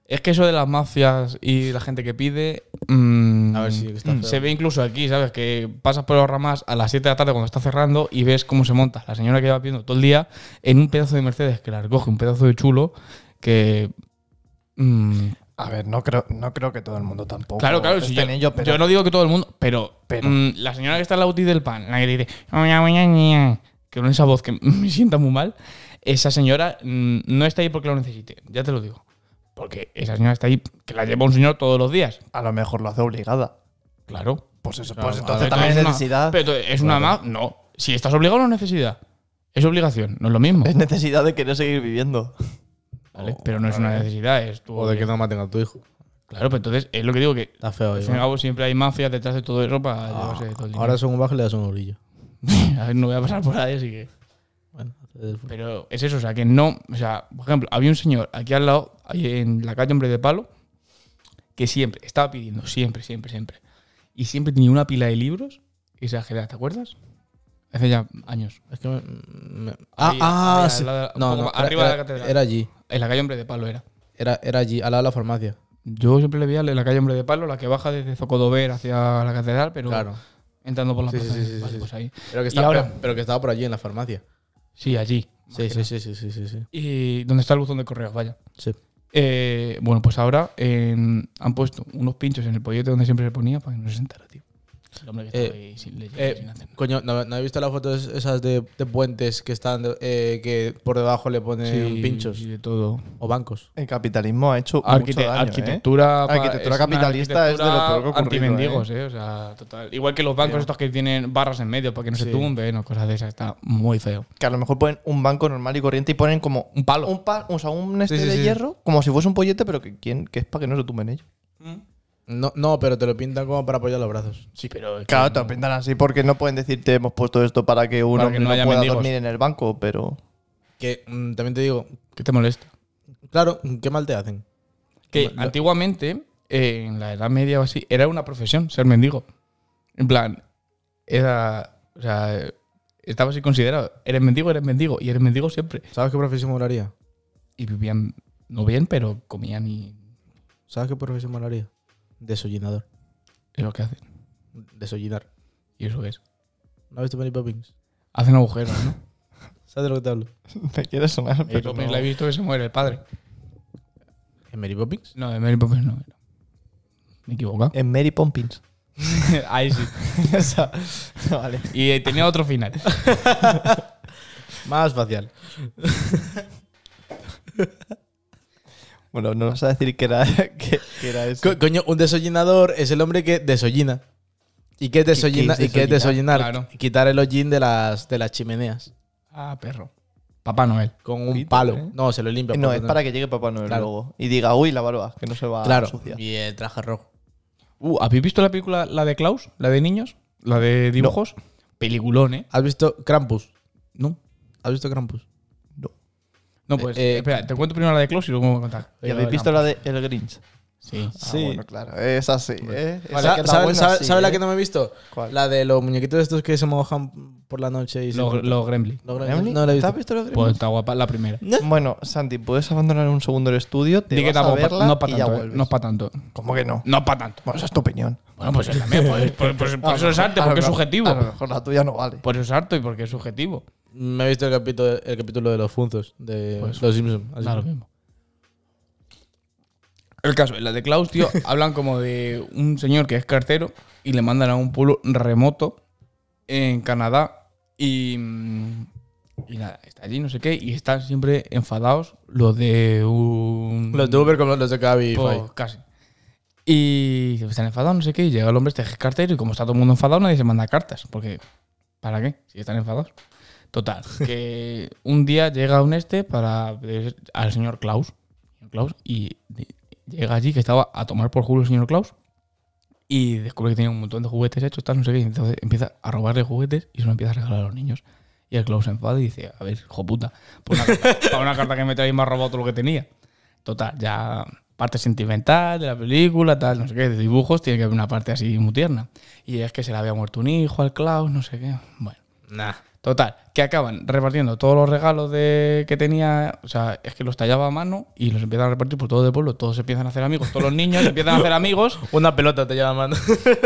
Es que eso de las mafias y la gente que pide. mmm, A ver si está feo. se ve incluso aquí, ¿sabes? Que pasas por los ramas a las siete de la tarde cuando está cerrando y ves cómo se monta la señora que lleva pidiendo todo el día en un pedazo de Mercedes que la recoge, un pedazo de chulo que. mmm, A ver, no creo, no creo que todo el mundo tampoco. Claro, claro, esté si yo, en ello, pero yo no digo que todo el mundo, pero, Pero- mm, la señora que está en la U T I del pan, la que dice, "Oña, oña, oña", que con esa voz que me sienta muy mal, esa señora mm, no está ahí porque lo necesite, ya te lo digo. Porque esa señora está ahí, que la lleva un señor todos los días. a lo mejor lo hace obligada. Claro. Pues eso, Claro, pues a entonces ver, también es una- necesidad. Pero es una ma- No. Si estás obligado, no es necesidad. Es obligación, no es lo mismo. Es necesidad de querer seguir viviendo. ¿Vale? Pero no es una necesidad, es tu O de que no maten a tu hijo. Claro, pues entonces es lo que digo que Está feo. al Iván. fin y al cabo siempre hay mafias detrás de todo eso para Ah, llevarse todo el dinero. ahora son un bajo y le das un orillo. A ver, no voy a pasar por ahí, así que. Bueno, haces- Pero es eso, o sea, que no. O sea, por ejemplo, había un señor aquí al lado, ahí en la calle Hombre de Palo, que siempre estaba pidiendo, siempre, siempre, siempre. Y siempre tenía una pila de libros exagerada, ¿te acuerdas? Hace ya años. es que me- me- ah, Ahí, ah, ahí, sí. al lado- un No, poco no, más era, arriba de la era- catedral. era allí. En la calle Hombre de Palo era. Era, era allí, al lado de la farmacia. Yo siempre le veía en la calle Hombre de Palo, la que baja desde Zocodover hacia la catedral, pero Claro. entrando por la Sí, plaza. sí, sí, Vale, sí, pues sí. ahí. Pero que, Y estaba, ahora- pero, pero que estaba por allí en la farmacia. Sí, allí. Sí, Imagino. sí, sí, sí, sí, sí, sí. Y donde está el buzón de correos, vaya. Sí. Eh, bueno, pues ahora en- han puesto unos pinchos en el pollete donde siempre se ponía para que no se sentara, tío. El hombre que estaba Eh, ahí sin, leyendo, Eh, sin hacer nada. coño, ¿no, no he visto las fotos esas de, de puentes que están de- eh, que por debajo le ponen Sí, pinchos? y de todo. O bancos. El capitalismo ha hecho Arquite- mucho daño, ¿eh? arquitectura, pa- Arquitectura es una capitalista es de lo peor que ha ocurrido, antimendigos, eh. O sea, total. Igual que los bancos Pero- estos que tienen barras en medio para que no se Sí. tumben o cosas de esas. Está muy feo. Que a lo mejor ponen un banco normal y corriente y ponen como Un palo. un, pa- o sea, un este Sí, sí, de sí. hierro, como si fuese un pollete, pero que, ¿quién? que es para que no se tumben ellos. No, no, pero te lo pintan como para apoyar los brazos. Sí, pero. es que Claro, te no- lo pintan así porque no pueden decirte hemos puesto esto para que uno Para que no no, haya pueda mendigos. dormir en el banco, pero Que mm, también te digo, ¿Qué te molesta? claro, ¿qué mal te hacen? Que Lo- antiguamente, eh, en la Edad Media o así, era una profesión ser mendigo. En plan, era. O sea, estaba así considerado. Eres mendigo, eres mendigo. Y eres mendigo siempre. ¿Sabes qué profesión molaría? Y vivían, no bien, pero comían y. ¿Sabes qué profesión molaría? Desollinador. Es lo que hacen. Desollinar. Y eso es. ¿No has visto Mary Poppins? Hacen agujeros, ¿no? ¿Sabes de lo que te hablo? me quiere sonar. Mary Pero Poppins no. la he visto que se muere el padre. ¿En Mary Poppins? No, de Mary Poppins no. era. Me he equivocado. En Mary Poppins. Ahí sí. Esa- vale. Y eh, tenía otro final. Más facial. Bueno, no vas a decir que era, que, que era eso. Co- coño, un desollinador es el hombre que desollina. ¿Y qué es desollina- qué es ¿y qué es desollinar? Claro. Quitar el hollín de las, de las chimeneas. Ah, perro. Papá Noel. Con un Ojito, palo. ¿eh? No, se lo limpia. No, por es dentro. para que llegue Papá Noel Claro. luego y diga, uy, la barba, que no se va Claro. a ensuciar. Y el traje rojo. Uh, ¿habéis visto la película, la de Klaus? ¿La de niños? ¿La de dibujos? Peliculón, ¿eh? ¿Has visto Krampus? No. ¿Has visto Krampus? No, pues, Eh, eh, espera, te cuento primero la de Klaus y luego me voy a contar. ¿Y habéis visto la de El Grinch? Sí. Ah, Sí. bueno, claro. Es así, ¿eh? Esa Sa- que está ¿Sabe, buena, sabe- sí, sabe la ¿eh? que no me he visto? ¿Cuál? La de los muñequitos estos que se mojan por la noche y se Los cortan. los Gremlins. Los Gremlins. ¿Gremlin? No la he ¿Te visto. has visto los Pues Gremlins? está guapa la primera. Bueno, Santi, puedes abandonar un segundo el estudio, te Di que vas a tampoco pa- verla no para y ya tanto, eh, vuelves. no es para tanto. ¿Cómo que no? No para tanto. Bueno, esa es tu opinión. Bueno, pues es la mía, pues, por, por- por A eso lo es mejor- arte, a lo porque es mejor- subjetivo. A lo mejor la tuya no vale. Por eso es arte y porque es subjetivo. Me he visto el capítulo, el capítulo de los funzos de Pues, Los Simpsons. así. Da lo mismo. El caso, en la de Klaus, tío, hablan como de un señor que es cartero y le mandan a un pueblo remoto en Canadá y, mm, y nada, está allí, no sé qué, y están siempre enfadados los de un... Los de Uber como los de Cabify. Pues, casi. Y están enfadados, no sé qué, y llega el hombre este que es cartero y como está todo el mundo enfadado nadie se manda cartas, porque ¿para qué? Si están enfadados. Total, que un día llega un este para pedir al señor Klaus, señor Klaus y de- llega allí que estaba a tomar por culo el señor Klaus y descubre que tenía un montón de juguetes hechos, tal, no sé qué, y entonces empieza a robarle juguetes y se lo empieza a regalar a los niños. Y el Klaus se enfada y dice, a ver, hijo puta, por una carta, para una carta que me traéis me ha robado todo lo que tenía. Total, ya parte sentimental de la película, tal, no sé qué, de dibujos, tiene que haber una parte así muy tierna. Y es que se le había muerto un hijo al Klaus, no sé qué. Bueno, Nah. Total, que acaban repartiendo todos los regalos de que tenía. O sea, es que los tallaba a mano y los empiezan a repartir por todo el pueblo. Todos se empiezan a hacer amigos. Todos los niños empiezan a hacer amigos. Una pelota te lleva mano.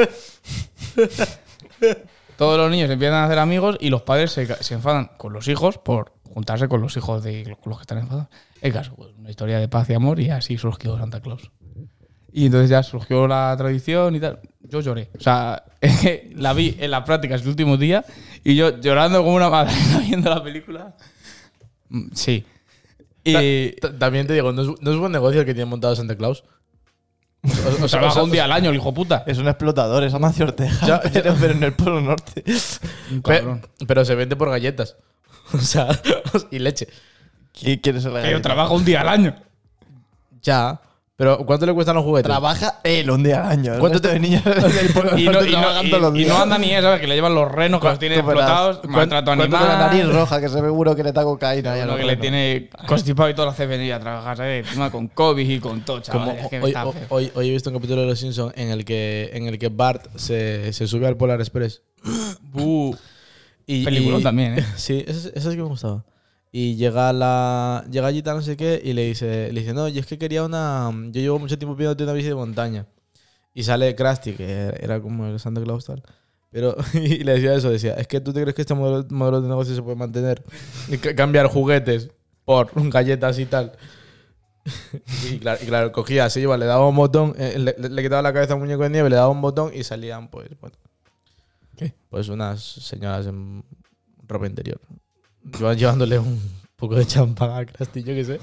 Todos los niños empiezan a hacer amigos y los padres se, se enfadan con los hijos por juntarse con los hijos de con los que están enfadados. El caso, pues, una historia de paz y amor y así surgió Santa Claus. Y entonces ya surgió la tradición y tal. Yo lloré. O sea, la vi en las prácticas el último día y yo llorando como una madre viendo la película. Sí. Y Ta- También te digo, no es, no es buen negocio el que tiene montado Santa Claus. o sea, trabaja un día al año el hijo puta. Es un explotador, es Amancio Ortega. Ya- pero, pero en el Polo Norte. Un Pe- cabrón. pero se vende por galletas. O sea, y leche. ¿Quién quiere ser la Pero galleta? trabaja un día al año. Ya. Pero ¿cuánto le cuestan los juguetes? Trabaja él un día al año. El ¿Cuánto resto te- de niños del Polo Y no, Norte y no- trabajan y- todos los y días. no anda ni él, ¿sabes? Que le llevan los renos, que los tiene Tú verás. explotados, ¿Cuán- maltrato ¿Cuánto animal. con la nariz roja? Que se seguro que le da cocaína. y a Uno los que le renos. tiene constipado y todo lo hace venir a trabajar, ¿sabes? Encima con COVID y con todo, chaval. Como Es que hoy, está hoy- feo. hoy- hoy he visto un capítulo de Los Simpsons en el que, en el que Bart se, se sube al Polar Express. Buh. Y, Peliculón y- también, ¿eh? Sí, eso, eso es que me gustaba. Y llega la llega allí tal no sé qué y le dice, le dice, no, yo es que quería una... Yo llevo mucho tiempo pidiéndote una bici de montaña. Y sale Krusty, que era, era como el Santa Claus tal. Pero, y le decía eso, decía, es que tú te crees que este modelo, modelo de negocio se puede mantener. Y ca- cambiar juguetes por galletas y tal. Y claro, y claro, cogía, se iba, le daba un botón, eh, le, le quitaba la cabeza a un muñeco de nieve, le daba un botón y salían, pues, bueno. ¿Qué? Pues unas señoras en ropa interior. Iban llevándole un poco de champán a Krusty, yo qué sé.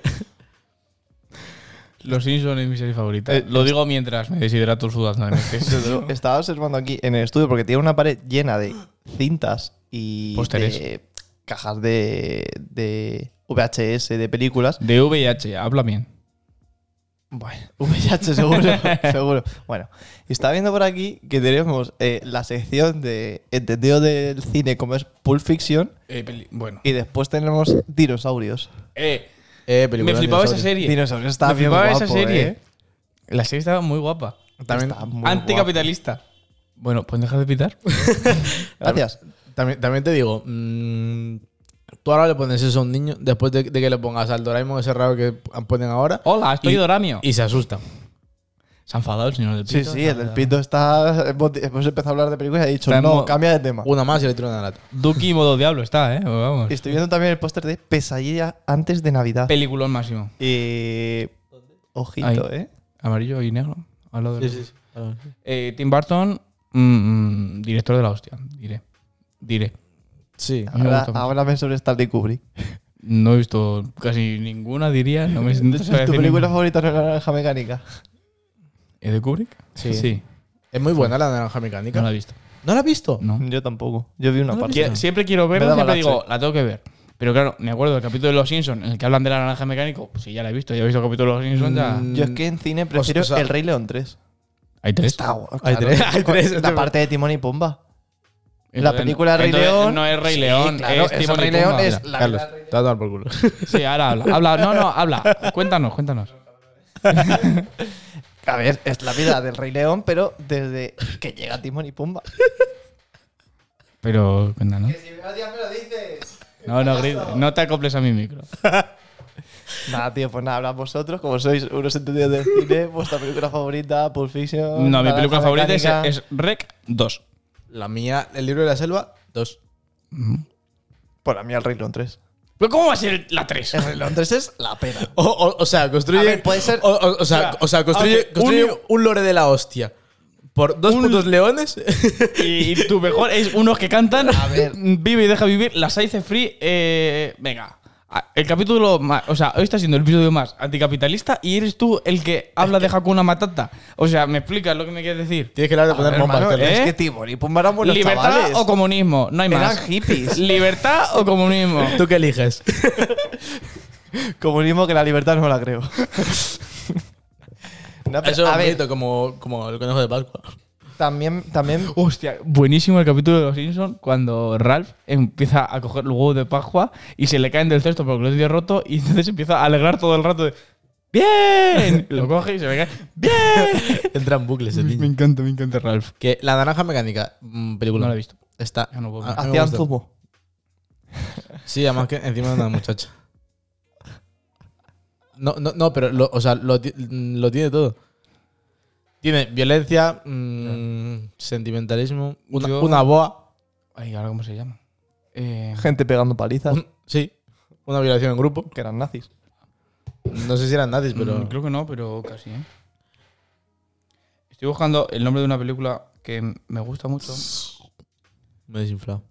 Los Simpsons es mi serie favorita. Eh, lo digo mientras me deshidrato sudando. en este. Estaba observando aquí en el estudio porque tiene una pared llena de cintas y Pósteres. de cajas de, de V H S de películas. De V I H, habla bien. Bueno, V H seguro, seguro. Bueno, y estaba viendo por aquí que tenemos eh, la sección de entendido del cine como es Pulp Fiction Eh, peli- bueno. y después tenemos dinosaurios. Eh, Eh, película me de flipaba esa dinosaurios. serie. Dinosaurios está me bien flipaba guapo, esa serie. ¿eh? La serie estaba muy guapa. También, Está muy Anticapitalista. Bueno, ¿pueden dejar de pitar? guapo. Gracias. también, también te digo, mm, tú ahora le pones eso a un niño después de, de que le pongas al Doraemon ese raro que ponen ahora Hola, estoy Y- Doramio. y se asustan. Se ha enfadado el señor del Sí, pito. sí, el del pito está. Hemos hemos empezado a hablar de películas y he dicho, Está en no, mo- cambia de tema. Una más y le tiro una lata. Duki modo diablo está, ¿eh? Vamos. Estoy viendo también el póster de Pesadilla antes de Navidad. Peliculón máximo. Y. Ojito, Ahí. ¿eh? Amarillo y negro. Al lado de los- sí. Eh, Tim Burton, mm, mm, director de la hostia, diré. Diré. Sí. A mí me Ahora, gusta mucho. háblame sobre Stanley Kubrick. No he visto casi ninguna, diría. No me no te sabría ¿Tu decir película ninguna. favorita no es La Naranja Mecánica? ¿Es de Kubrick? Sí. Sí. Es muy buena la naranja mecánica. No la he visto. ¿No la has visto? No. Yo tampoco. Yo vi una ¿No la parte. Que- siempre quiero verla, Me daba siempre la digo, che. la tengo que ver. Pero claro, me acuerdo del capítulo de Los Simpsons en el que hablan de la naranja mecánica. Pues sí, ya la he visto. Ya he visto el capítulo de Los Simpsons. Ya. Mm, Yo es que en cine prefiero o sea- El Rey León tres. Hay tres. Está guapo. Hay claro. tres, hay tres, La este- parte de Timón y Pumba. Entonces, la película Rey entonces León. No es Rey Sí, León, claro, es es Timón y Rey León, Pumba. es- Mira. La- Carlos, la- te vas a dar por culo. Sí, ahora habla. Habla. No, no, habla. Cuéntanos, cuéntanos. A ver, es la vida del Rey León, pero desde que llega Timón y Pumba. Pero cuéntanos. si me odias, me lo dices. No, no, grites. No te acoples a mi micro. Nada, tío, pues nada, hablad vosotros. Como sois unos entendidos del cine, vuestra película favorita, Pulp Fiction. No, mi Naranja película favorita es, Mecánica. es Rec dos. La mía, El libro de la selva, dos. Pues la mía, El Rey León tres. ¿Pero cómo va a ser la tres? El Rey León tres es la pena. O, o- o sea, construye. A ver, puede ser- O, o- o sea, o sea, construye, a ver, construye un- un, lore de la hostia. Por dos Un- putos leones. Y, y tu mejor es unos que cantan. A ver. Vive y deja vivir. La Saice Free. Eh, venga. El capítulo más. O sea, hoy está siendo el episodio más anticapitalista y eres tú el que habla de Hakuna Matata. O sea, ¿me explicas lo que me quieres decir? Tienes que hablar de poner Hermano, bombas. Carlos. es ¿eh? que Timón y Pumba eran buenos ¿Libertad chavales. o comunismo? No hay Eran más. hippies. ¿Libertad o comunismo? ¿Tú qué eliges? Comunismo que la libertad no me la creo. No, pero, Eso es a un ver, bonito, como, como el conejo de Pascua. también, también Hostia, buenísimo el capítulo de Los Simpsons cuando Ralph empieza a coger los huevos de Pascua y se le caen del cesto porque los tiene roto y entonces empieza a alegrar todo el rato de ¡bien! Lo coge y se le cae ¡bien! Entra en bucles el Me niño. encanta, me encanta Ralph. Que La naranja mecánica, mm, película. No la he visto. Está. Ya no puedo a- más. a mí me Hacían gusta. zumo. Sí, además que encima de una muchacha. No, no, no, pero lo, o sea, lo, ti- lo tiene todo. Tiene violencia, mm, sentimentalismo, una, Yo- una boa. Ay, ¿ahora cómo se llama? Eh, Gente pegando palizas. un- sí, una violación en grupo. Que eran nazis. No sé si eran nazis, pero. mm, creo que no, pero casi, ¿eh? Estoy buscando el nombre de una película que me gusta mucho. Me he desinflado.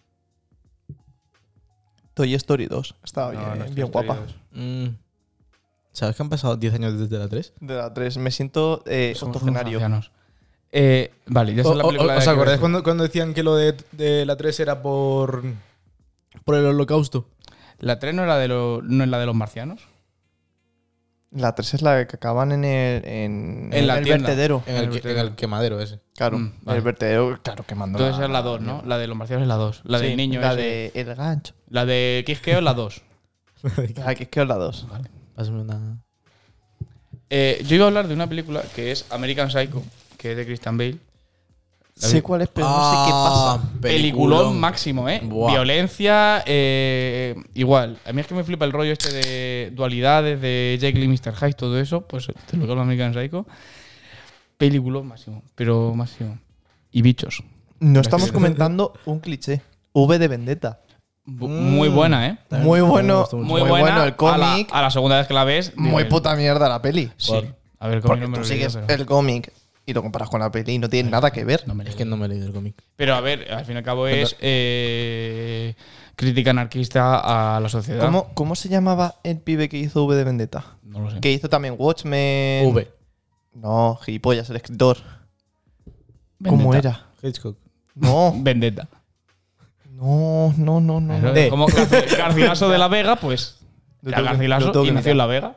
Toy Story dos. Estaba No, bien, no, estoy bien guapa. estoy- Mm. ¿Sabes que han pasado diez años desde la tres? De la tres. Me siento eh, Somos octogenario. unos ancianos. Eh, vale, ya sé O- la o- película. o- de ¿Os que acordáis ves. cuando, cuando decían que lo de, de la tres era por. por el holocausto? La tres no, era de lo- no es la de los marcianos. La tres es la que acaban en el, en, En la el tienda. vertedero. En el, que- en el quemadero ese. Claro, Mm, en vale. el vertedero, claro, quemando. Entonces esa es la dos, ¿no? La de los marcianos es la dos. La Sí, del niño La ese. de El Gancho. La de Quisqueo es la dos. La que es que es la dos. Vale. Pásame una. Eh, yo iba a hablar de una película que es American Psycho, que es de Christian Bale. La Sé vi- cuál es, pero no sé qué Ah, pasa. Peliculón máximo, ¿eh? Buah. Violencia, eh, igual. A mí es que me flipa el rollo este de dualidades, de Jekyll y mister Hyde, todo eso. Pues te lo que hablo American Psycho. Peliculón máximo, pero máximo. Y bichos. No La estamos que- comentando un cliché. V de Vendetta. Bu- Muy buena, ¿eh? También Muy me bueno, gusta mucho. Muy, muy buena. bueno el A la, cómic. a la segunda vez que la ves. Muy dices, puta mierda la peli. Sí. Por- A ver, cómo Porque no me tú lo he leído, sigues pero- el cómic y lo comparas con la peli y no tiene nada que ver. no me lo he Es que leído. no me he leído el cómic. Pero a ver, al fin y al cabo es eh, crítica anarquista a la sociedad. ¿Cómo, ¿Cómo se llamaba el pibe que hizo V de Vendetta? No lo sé. Que hizo también Watchmen. V. No, gilipollas, el escritor. ¿Cómo Vendetta. era? Hitchcock. No, Vendetta. no, no, no, no. Claro, no. D. Como Garci- Garcilaso de la Vega, pues. Lo Era tengo que- lo Garcilaso tengo y que nació en mirar. La Vega.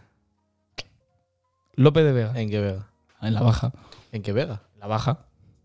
López de Vega. ¿En qué Vega? En la Baja. ¿En qué Vega? La Baja.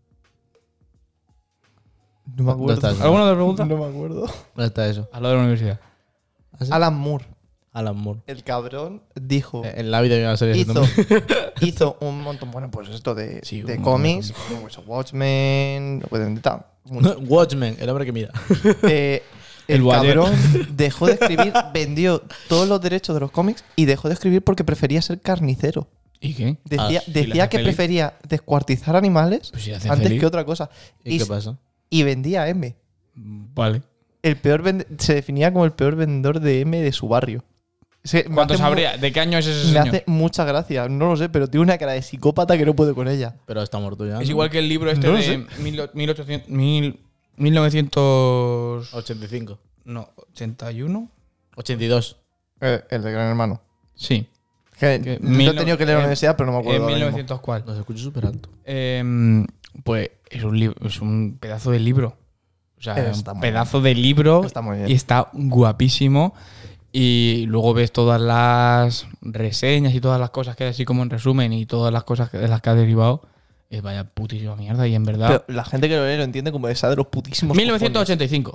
No me acuerdo. ¿Dónde está eso? ¿Alguna otra pregunta? No me acuerdo. ¿Dónde está eso? A lo de la universidad. ¿Ah, sí? Alan Moore, Alan Moore. el cabrón, dijo. Eh, En la vida me iba a salir ese hizo, nombre. hizo un montón, bueno, pues esto de, Sí, de un montón de cómics, como eso, Watchmen, V de Vendetta, mucho. Watchmen, el hombre que mira. Eh, El el Boyer. cabrón dejó de escribir, vendió todos los derechos de los cómics y dejó de escribir porque prefería ser carnicero. ¿Y qué? Decía, Ah, ¿y decía le hace que feliz? prefería descuartizar animales Pues si hace antes feliz. que otra cosa. ¿Y Y, qué pasa? y vendía M. Vale. El peor vende- se definía como el peor vendedor de M de su barrio. Se- me ¿Cuánto hace mu- sabría? ¿De qué año es ese Me señor? hace mucha gracia, no lo sé, pero tiene una cara de psicópata que no puedo con ella. Pero está muerto ya. Es ¿no? igual que el libro este No lo de sé. mil, mil ochocientos, mil, mil novecientos. ochenta y cinco. No, ochenta y uno. ochenta y dos. Eh, el de Gran Hermano. Sí. Que Que lo mil he tenido que leer en la no- universidad, pero no me acuerdo. En ahora mismo. mil novecientos cuál. Nos escucho súper alto. Em, pues es un, libro, es un pedazo de libro. O sea, Está un muy pedazo de libro Está muy bien. y está guapísimo. Y luego ves todas las reseñas y todas las cosas que hay así como en resumen y todas las cosas que- de las que ha derivado. Es vaya putísima mierda. Y en verdad. Pero la gente que lo lee lo entiende como esa de los putísimos. mil novecientos ochenta y cinco.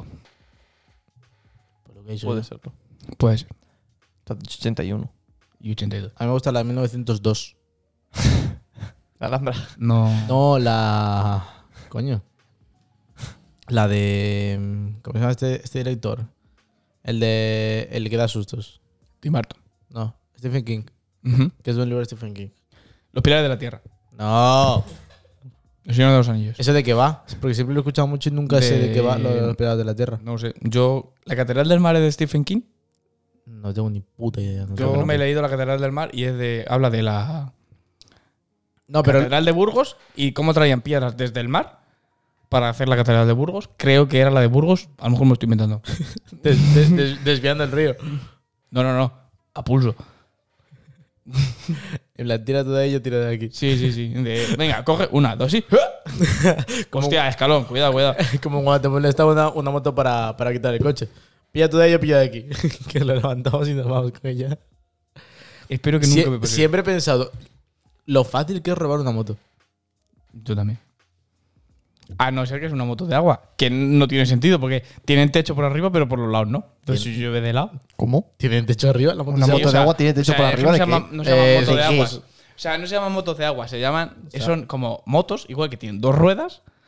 Por lo que he dicho cojones. yo. Puede serlo. Pues. Está ochenta y uno. Y ochenta y dos. A mí me gusta la de mil novecientos dos. La Alhambra. No. No, la. Coño. La de. ¿Cómo se llama este, este director? El de. El que da sustos. Tim Burton. No, Stephen King. Ujú. Que es un libro de Stephen King. Los pilares de la tierra. No. El Señor de los Anillos. ¿Eso de qué va? Porque siempre lo he escuchado mucho y nunca sé De- de qué va lo de los piratas de la tierra. No sé. Yo. La Catedral del Mar es de Stephen King. No tengo ni puta idea. No, Yo tengo me he nombre. leído La Catedral del Mar y es de. Habla de la. No, pero. Catedral de Burgos y cómo traían piedras desde el mar para hacer la Catedral de Burgos. Creo que era la de Burgos. A lo mejor me estoy inventando. des- des- des- desviando el río. No, no, no. A pulso. En la tira tú de ahí, yo tiro de aquí. Sí, sí, sí. De- venga, coge una, dos y. Hostia, escalón. Cuidado, cuidado. Como cuando te molesta una, una moto para, para quitar el coche. Pilla tú de ahí, yo pillo de aquí. Que lo levantamos y nos vamos con ella. Espero que Sie- nunca me pase. siempre he pensado lo fácil que es robar una moto. Yo también. A no ser que es una moto de agua. Que no tiene sentido porque tienen techo por arriba, pero por los lados no. Entonces, si llueve de lado. ¿Cómo? ¿Tienen techo arriba? La moto Una se- moto o sea, de agua tiene techo o sea, por es que arriba. No ¿De se qué? llama, no se llama Eh, moto sí, de sí, agua. es- O sea, no se llaman motos de agua. Se llaman. Son como motos, igual que tienen dos ruedas,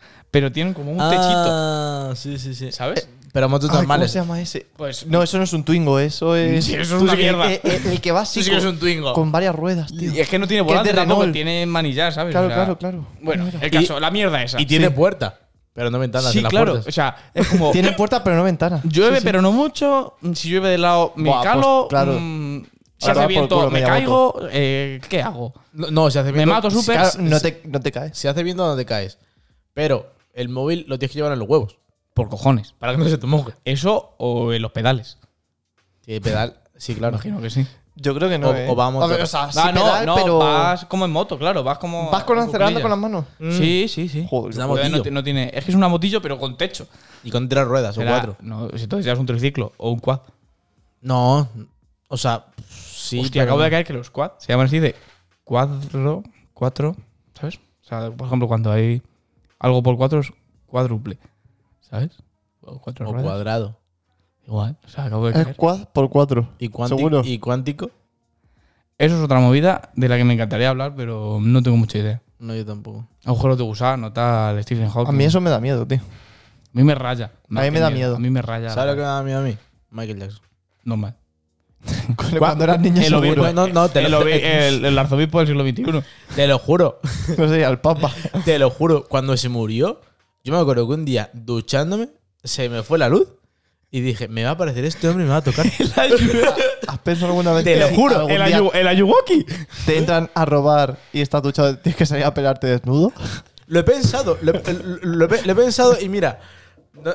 pero tienen como un techito, Ah, sí, sí, sí. ¿sabes? Pero motos Ay, ¿cómo normales. se llama ese? Pues No, eso no es un Twingo, eso es. Sí, eso es Tú una sí que- mierda. eh, eh, El, que va así Tú sí que con, es un Twingo. con varias ruedas, tío. y es que no tiene Que es de volante tampoco, Renault. tiene manillar, ¿sabes? Claro, O sea, claro, claro. Bueno, Mira. el caso, la mierda esa. Y tiene Sí. puerta, pero no ventanas Sí, en las claro. puertas. O sea, es como. Tiene puerta, pero no ventana. Llueve, Sí, sí. pero no mucho. Si llueve de lado, me Buah, pues, calo. claro. mm, si Ahora hace va por viento, culo me media caigo. eh, ¿Qué hago? No, no, se hace Me viendo, mato súper. Claro, Si- no si- te, no te caes. Se hace viendo donde caes. Pero el móvil lo tienes que llevar en los huevos. Por cojones. Para que no se te moje. Eso o en los pedales. Sí, pedal. Sí, claro. Imagino que sí. Yo creo que no. O- eh. o va a motor. ver, o sea, sí Ah, no, pedal, no, pero. vas como en moto, claro. Vas como. ¿Vas con en acelerando con las cuclillas. manos? Sí, sí, sí. Joder, Es una Joder, no, motillo. te- no tiene, es que es una motillo, pero con techo. Y con tres ruedas o Será- cuatro. No, si entonces ya es un triciclo o un quad. No. O sea, sí. Hostia, pero acabo de no. caer que los quad se llaman así de cuadro, cuatro, ¿sabes? O sea, por ejemplo, cuando hay algo por cuatro es cuádruple, ¿sabes? O cuatro O ruedas. cuadrado. Igual, o sea, acabo de Es caer. quad por cuatro. ¿Y cuántico? ¿Seguro? ¿Y cuántico? Eso es otra movida de la que me encantaría hablar, pero no tengo mucha idea. No, yo tampoco. Agujeros de gusano, tal, Stephen Hawking. A mí eso me da miedo, tío. A mí me raya. Más mí me que da miedo. A mí me raya. ¿Sabes lo que me da miedo a mí? Michael Jackson. Normal. Cuando eras niño, El obispo- seguro. No, no, no, te el, lo, obi- el- el arzobispo del siglo veintiuno. te lo juro. No sé, al papa. Te lo juro. Cuando se murió, yo me acuerdo que un día, duchándome, se me fue la luz y dije, me va a aparecer este hombre y me va a tocar. ¿Has pensado alguna vez Te que lo si juro, algún El, día ayu- el Ayuwoki. te entran a robar y estás duchado, tienes que salir a pelarte desnudo? Lo he pensado, lo, lo- lo he, lo he pensado y mira. no-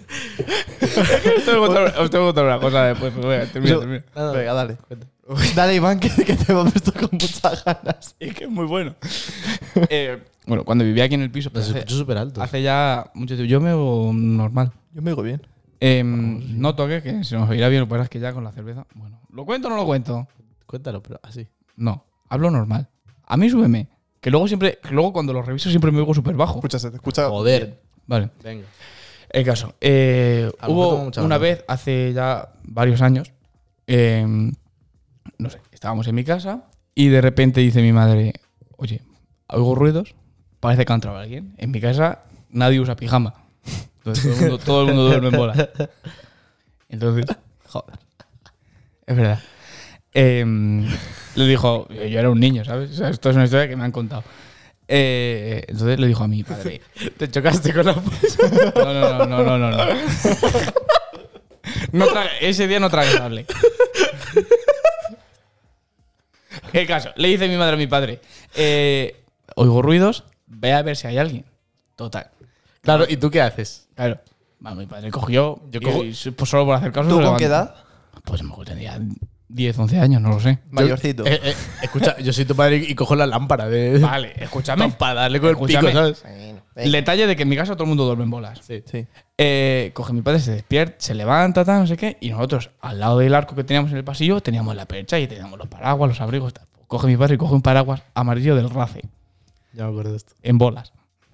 Os tengo que contar- os tengo que contar una cosa después. Pero venga, termina, Yo- termina. no, no. Venga, dale. Dale, Iván, que, que te hemos visto con muchas ganas. Es que es muy bueno. Eh, bueno, cuando vivía aquí en el piso, Nos pues hace, escucho súper alto. hace ya mucho tiempo. Yo me veo normal. Yo me digo bien. Eh, no toque, que se nos oirá bien, lo que pasa es que ya con la cerveza. Bueno, ¿lo cuento o no lo cuento? Cuéntalo, pero así. No, hablo normal. A mí súbeme. Que luego siempre, que luego cuando lo reviso siempre me oigo súper bajo. Escucha, se te escucha. Joder. Vale. Venga. El caso. eh, A lo mejor hubo tengo mucha una ganas. vez, hace ya varios años, eh, no sé, estábamos en mi casa y de repente dice mi madre, oye, oigo ruidos, parece que ha entrado alguien. En mi casa nadie usa pijama. Entonces todo el mundo, todo el mundo duerme en bola. Entonces, joder. Es verdad. Eh, le dijo, yo era un niño, ¿sabes? O sea, esto es una historia que me han contado. Eh, entonces le dijo a mi padre, Te chocaste con la. no, no, no, no, no, no. no. No tra- ese día no tragué sable. El caso, le dice mi madre a mi padre, eh, oigo ruidos, ve a ver si hay alguien. Total. Claro, ¿y tú qué haces? Claro. Bueno, mi padre cogió, Yo y- cojo- y, pues solo por hacer caso. ¿Tú se con qué levantó. edad? Pues a lo mejor tendría diez, once años, no lo sé. Mayorcito. Eh, eh, escucha, yo soy tu padre y cojo la lámpara de. Vale, escúchame. Para darle con el Escúchame. pico, ¿sabes? Bueno, El detalle de que en mi casa todo el mundo duerme en bolas. Sí. Sí. Eh, coge mi padre, se despierta, se levanta, tal, no sé qué, y nosotros, al lado del arco que teníamos en el pasillo, teníamos la percha y teníamos los paraguas, los abrigos, tal. Coge mi padre y coge un paraguas amarillo del Race, Ya me acuerdo de esto. en bolas.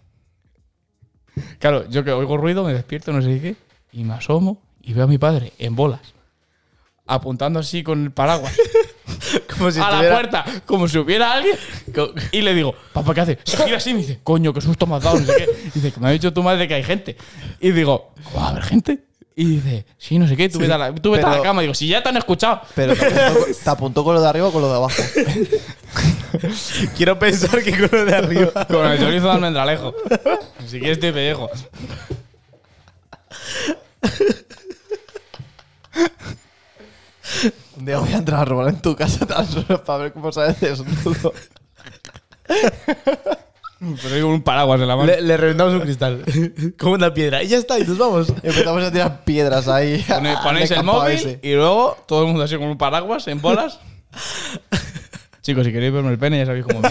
Claro, yo que oigo ruido, me despierto, no sé qué, y me asomo y veo a mi padre en bolas, apuntando así con el paraguas Como si a la estuviera- puerta, como si hubiera alguien. Y le digo, papá, ¿qué haces? Se gira así y me dice, coño, qué susto me has dado, no sé qué. Y dice, que me ha dicho tu madre que hay gente. Y digo, ¿va a haber gente? Y dice, sí, no sé qué, tú vete a la, tú vete a la pero- cama. Digo, si ya te han escuchado. Pero te apuntó, te apuntó con lo de arriba o con lo de abajo. Quiero pensar que con lo de arriba. Con el chorizo de almendralejo. Si quieres te pellejo. Un día voy a entrar a robar en tu casa tan solo para ver cómo sales desnudo. Pero digo un paraguas en la mano. Le, le reventamos un cristal. Como una piedra. Y ya está, y nos vamos. Empezamos a tirar piedras ahí. Pone- al ponéis el descampado móvil ese. y luego todo el mundo así con un paraguas en bolas. Chicos, si queréis verme el pene ya sabéis cómo me...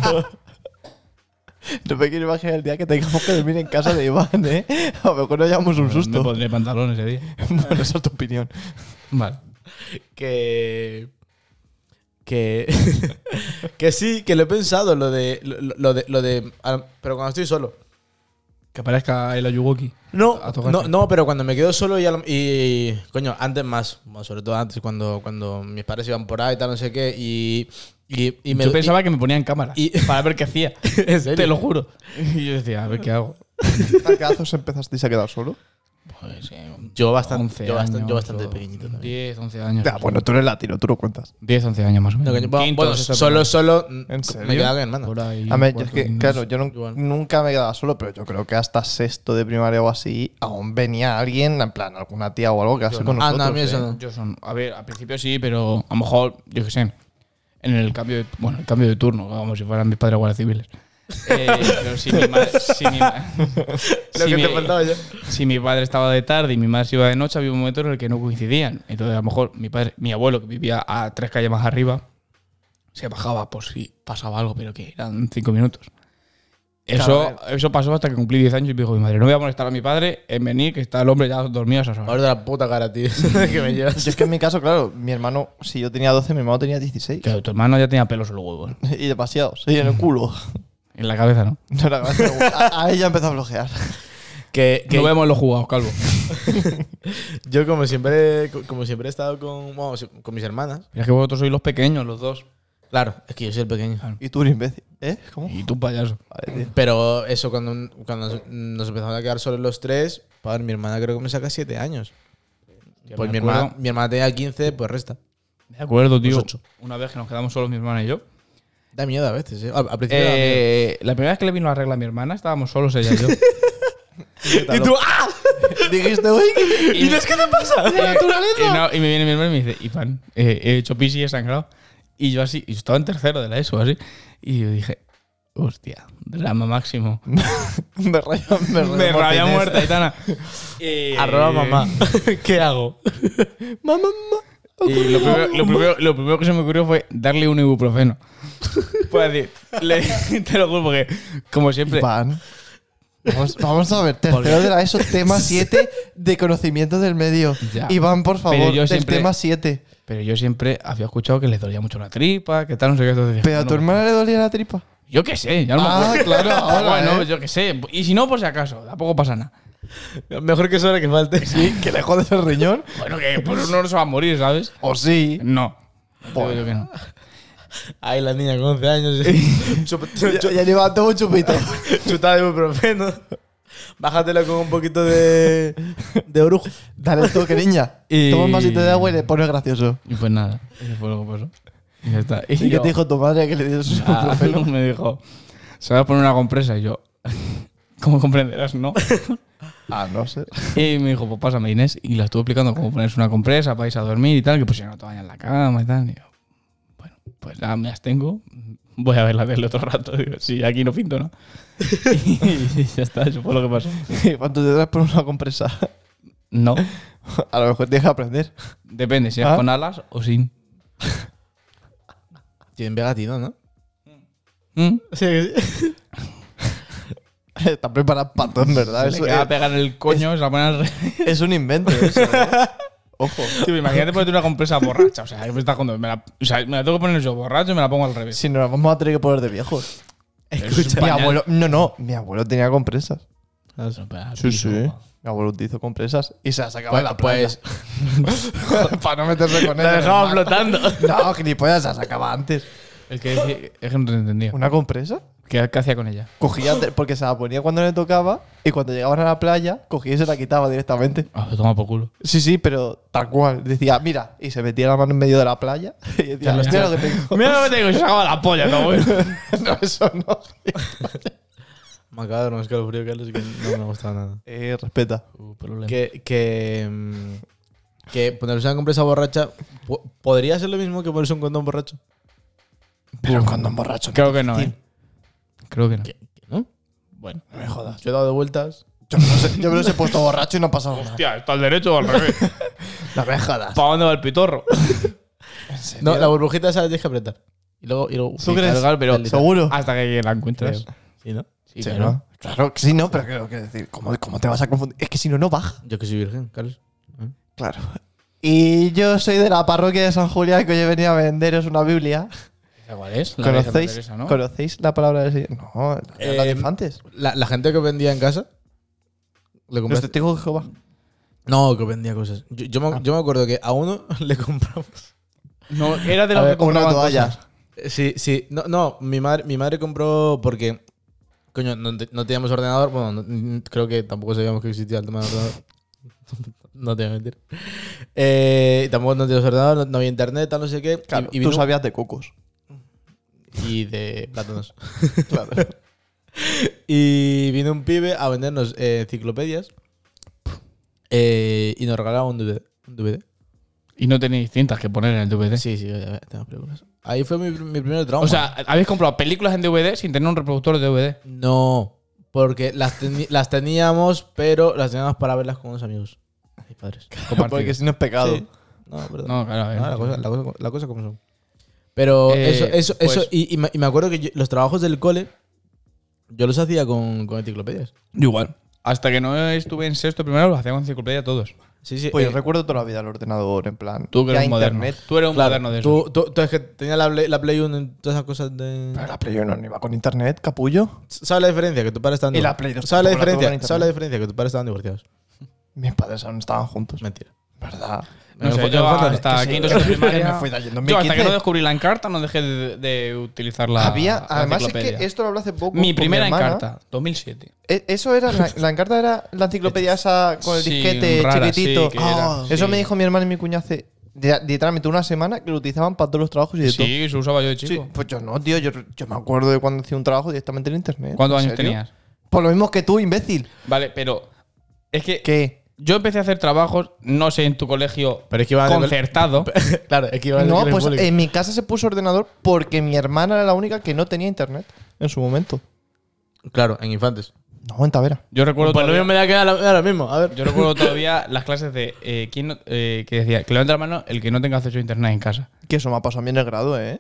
No me quiero imaginar el día que tengamos que dormir en casa de Iván, ¿eh? A lo mejor nos llevamos un Me susto. pondré pantalón ese día. Bueno, esa es tu opinión. Vale. Que. Que. que sí, que lo he pensado, lo de. Lo, lo de. Lo de ah, pero cuando estoy solo. Que aparezca el Ayuwoki. No, A tocarte. no, no, pero cuando me quedo solo y, al- y coño, antes más, bueno, sobre todo antes cuando, cuando mis padres iban por ahí, tal, no sé qué, y, y, y me Yo pensaba que me ponía en cámara y- para ver qué hacía. ¿En serio? Te lo juro. Y yo decía, a ver qué hago. ¿A qué edad os empezasteis a quedar solo? Pues eh, Yo bastante, once yo bastante, yo años bastante o pequeñito también. diez, once años. Ya, bueno, tú eres latino, tú lo cuentas. diez, once años más o menos. No, que yo- bueno, Quinto, bueno, sexto, solo, solo ¿En serio? me quedaba con mi hermana. por ahí, A ver, yo es cuarto, que, quinto, claro, yo no- igual. nunca me quedaba solo, pero yo creo que hasta sexto de primaria o así, aún venía alguien, en plan, alguna tía o algo que hace con Ah, nosotros. no, a mí eso ¿eh? no. Yo son, a ver, al principio sí, pero a lo mejor, yo qué sé, en el cambio de, bueno, el cambio de turno, como si fueran mis padres guardias civiles. Eh, pero si mi madre, si mi, ma- Lo si que mi- te faltaba ya. si mi padre estaba de tarde y mi madre se iba de noche, había un momento en el que no coincidían. Entonces, a lo mejor mi padre, mi abuelo, que vivía a tres calles más arriba, se bajaba por si pasaba algo, pero que eran cinco minutos. Eso, Claro, eso pasó hasta que cumplí diez años y me dijo mi madre, no voy a molestar a mi padre en venir, que está el hombre ya dormido a esas horas. Ahora de la puta cara, tío. que me llevas. Yo es que en mi caso, claro, mi hermano, si yo tenía doce, mi hermano tenía dieciséis. Claro, tu hermano ya tenía pelos en los huevos. Y demasiados. Y en el culo. En la cabeza, ¿no? No era a, a ella empezó a flojear. Que, que No vemos los jugados, calvo. yo como siempre, como siempre he estado con, bueno, con mis hermanas. Mira que vosotros sois los pequeños, los dos. Claro, es que yo soy el pequeño. Y tú un imbécil. ¿Eh? ¿Cómo? Y tú, payaso. Vale, tío. Pero eso, cuando, cuando nos- nos empezamos a quedar solos los tres, padre, mi hermana creo que me saca siete años. Ya Pues me mi hermana, acuerdo. mi hermana tenía quince, pues resta. De acuerdo, tío. Los ocho. Una vez que nos quedamos solos mi hermana y yo. Da miedo a veces, ¿eh? Al, al principio da miedo. Eh, la primera vez que le vino la regla a mi hermana, estábamos solos ella y yo. Y tú, ¡ah! Dijiste, uy, y, ¿Qué te pasa? eh, y, no, y me viene mi hermana y me dice, Iván, eh, he hecho pis y he sangrado. Y yo así, y yo estaba en tercero de la ESO, así. Y yo dije, hostia, drama máximo. me raya, me raya, Me rabia Inés. muerta, Aitana. Y, Arroba mamá. ¿Qué hago? Mamá, mamá. Y lo primero, lo, primero, lo primero que se me ocurrió fue darle un ibuprofeno. Pues decir, le, te lo juro, porque como siempre. Iván. Vamos, vamos a ver, tercero de la ESO, tema siete de conocimiento del medio. Ya. Iván, por favor, Pero yo del siempre- tema siete. Pero yo siempre había escuchado que les dolía mucho la tripa, que tal, no sé qué. Entonces dije, Pero a tu bueno, hermana le dolía la tripa. yo qué sé, ya no Ah, me acuerdo. claro, ahora, Bueno, ¿eh? yo qué sé. Y si no, por si acaso, tampoco pasa nada. Mejor que sobra que falte. Sí, que le jodes el riñón. Bueno, que pues uno no se va a morir, ¿sabes? O sí. No. Bueno. Digo yo que no. Ahí la niña con once años. chup- chu- Ya, chu- ya levantó un chupito. Chutada de ibuprofeno. Bájatelo con un poquito de, de orujo. Dale el toque, niña. Y- Toma un vasito de agua y le pones gracioso. Y pues nada, eso fue lo que pasó. Y ya está. Y ¿Y qué yo- te dijo tu madre que le dio su Ah, ibuprofeno? me dijo, se va a poner una compresa. Y yo, ¿cómo comprenderás? No. Ah, no sé. Y me dijo, pues pásame Inés. Y la estuve explicando cómo ponerse una compresa para irse a dormir y tal, que pues si no te vayas en la cama y tal. Y yo, bueno, pues ya me abstengo. Voy a ver la tele otro rato. Digo, sí, aquí no pinto, ¿no? Y ya está, eso fue lo que pasó. ¿Cuánto te das por una compresa? No, A lo mejor tienes que aprender. depende, si es ¿Ah? con alas o sin. Tienen pegatino, ¿no? ¿Mm? Sí, sí. Está preparado para todo, en verdad. Se Eso le queda es, pegar en el coño, se la pone al revés. es un invento eso, ¿eh? Ojo. Tío, imagínate ponerte una compresa borracha. O sea, ¿qué me estás contando? Me la, o sea, me la tengo que poner yo borracho y me la pongo al revés. Si nos la vamos a tener que poner de viejos. Escucha, Mi abuelo, no, no, mi abuelo tenía compresas. Sí, Mi abuelo utilizó compresas y se las sacaba Pues, en la playa. pues Para no meterse con él. la en el dejaba mar. flotando. No, gilipollas, se las sacaba antes. El que decía- es que no te entendía. ¿Una compresa? ¿Qué, qué hacía con ella? Cogía, porque se la ponía cuando le tocaba y cuando llegaban a la playa, cogía y se la quitaba directamente. Ah, se toma por culo. Sí, sí, pero tal cual. Decía, mira, y se metía la mano en medio de la playa y decía, Ya, mira ya. lo que tengo. Mira lo que tengo, y se sacaba la polla, todo bueno. No, eso no. Me acaba de dar un escalofrío, Carlos, que no me gustaba nada. Eh, respeta. Uh, problema. Que, que, mm, que ponerse una compresa borracha po- podría ser lo mismo que ponerse un condón borracho. Pero cuando un borracho. Creo que no, ¿eh? Creo que no. ¿Qué? ¿Que no? Bueno. No me jodas. Yo he dado de vueltas. Yo me, los he, yo me los he puesto borracho y no ha pasado nada. Hostia, ¿está al derecho o al revés? No me jodas. ¿Para dónde va el pitorro? ¿En serio? No, la burbujita esa la tienes que apretar. Y luego. Y luego ¿Tú crees? Cargar, pero ¿Seguro? hasta que la encuentras. Sí, ¿no? Sí, Sí, pero- ¿no? Claro que sí, no, pero creo que decir, ¿cómo, ¿cómo te vas a confundir? Es que si no, no baja. Yo que soy virgen, Carlos. ¿Eh? Claro. Y yo soy de la parroquia de San Julián, que hoy he venido a venderos una Biblia. ¿Cuál es? La de Santa ¿Conocéis, Teresa, ¿no? ¿Conocéis la palabra del Señor? No, la de Eh, infantes. La, la gente que vendía en casa. Le Los compraste- testigos de Jehová. No, que vendía cosas. Yo, yo, me, yo me acuerdo que a uno le compramos. No, era de A los ver, que una compraban toalla. cosas. Sí, sí. No, no mi, madre, mi madre compró porque Coño, no, te- no teníamos ordenador. Bueno, no- n- creo que tampoco sabíamos que existía el tema del ordenador. No te voy a mentir. Eh, tampoco no teníamos ordenador, no, no había internet, tal, no sé qué. Claro, y, y tú vino- sabías de cocos. y de plátanos. Claro. Y vino un pibe a vendernos eh, enciclopedias eh, y nos regalaba un D V D. Un D V D. Y no tenéis cintas que poner en el D V D. Sí, sí, ya tengo películas. Ahí fue mi, mi primer trauma. O sea, habéis comprado películas en D V D sin tener un reproductor de D V D. no, porque las, teni- las teníamos, pero las teníamos para verlas con unos amigos. Mis padres. Porque si no es pecado. Sí. No, perdón. No, claro, a ver. No, la, cosa, la, cosa, la cosa como son. Pero Eh, eso, eso, pues- eso. Y, y me, y me acuerdo que yo- los trabajos del cole, yo los hacía con, con enciclopedias. Yo igual. Hasta que no estuve en sexto primero, lo hacía con enciclopedia todos. Sí, sí. Pues eh, yo recuerdo toda la vida el ordenador, en plan. Tú que ya eres moderno. internet. Tú eres un claro, moderno de eso. tú, tú, tú es que tenía la Play, la Play uno y todas esas cosas de. Pero la Play uno no iba con internet, capullo. ¿Sabes la diferencia? Que tu padre estaban Y la Play dos ¿Sabes la tampoco la tuvo diferencia? con ¿Sabes la internet. diferencia? Que tu padre estaban divorciados. Mis padres aún estaban juntos. Mentira. ¿Verdad? No En sé, el yo fondo, hasta que sí. quinto de primaria. Me fui yendo en Yo hasta mil que quince. no descubrí la encarta no dejé de, de utilizar la. Había, la además es que enciclopedia. esto lo hablé hace poco. Mi con primera hermana. encarta, dos mil siete. E- Eso era, la, la encarta era la enciclopedia esa con el Sí, disquete rara, chiquitito. sí, que era, Ah, eso sí. me dijo mi hermana y mi cuñada hace de- literalmente una semana que lo utilizaban para todos los trabajos y de todo. Sí, se usaba yo de Sí, chico. pues yo no, tío. Yo, yo me acuerdo de cuando hacía un trabajo directamente en internet. ¿Cuántos ¿En años serio? tenías? Por lo mismo que tú, imbécil. Vale, pero es que ¿Qué? yo empecé a hacer trabajos, no sé, en tu colegio Pero es que iban de- concertado. Claro, es que iban de No, colegio pues público. en mi casa se puso ordenador porque mi hermana era la única que no tenía internet en su momento. Claro, en infantes. No, en Tavera. Yo recuerdo Pues lo todavía, mismo me da que era lo, era lo mismo. A ver. yo recuerdo todavía las clases de eh, ¿quién no- eh, que decía que levanta la mano el que no tenga acceso a internet en casa. Que eso me ha pasado a mí en el grado, ¿eh?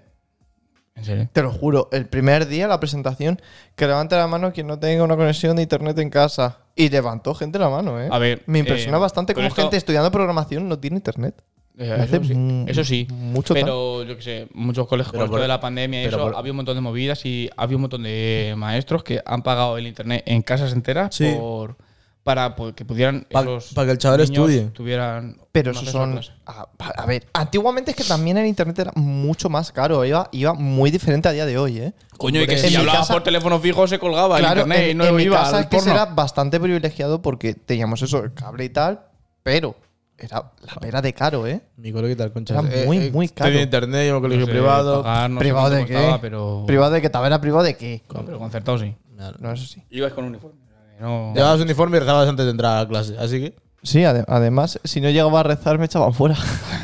¿En serio? Te lo juro. El primer día, la presentación, que levante la mano quien no tenga una conexión de internet en casa. Y levantó gente la mano, ¿eh? A ver, Me impresiona eh, bastante con cómo esto- gente estudiando programación no tiene internet. Eh, Me hace eso, sí, mu- eso sí. mucho Pero yo qué sé, muchos colegios Pero con esto por- de la pandemia y pero eso, por- había un montón de movidas y había un montón de maestros que han pagado el internet en casas enteras Sí. por para pues, que pudieran Pa- esos pa' que el chaval niños estudie. tuvieran Pero un eso acceso a son. clase. A, a ver, antiguamente es que también el internet era mucho más caro. Iba, iba muy diferente a día de hoy, ¿eh? Coño, y que En si mi hablaba casa- por teléfono fijo se colgaba el Claro, internet en, y no en mi iba casa al es que porno. era bastante privilegiado porque teníamos eso, el cable y tal, pero era la pera de caro, ¿eh? Mi colegio y tal, concha. Era muy, muy caro. Tenía internet, iba a un colegio No sé, privado. pagar, no sé ¿Privado cuánto de qué? costaba, Pero, ¿Privado de qué? ¿Tavera privado de qué? No, pero concertado sí. No, eso sí. Ibas con uniforme. No. Llevabas uniforme y rezabas antes de entrar a clase. Así que. Sí, ade- además, si no llegaba a rezar, me echaban fuera.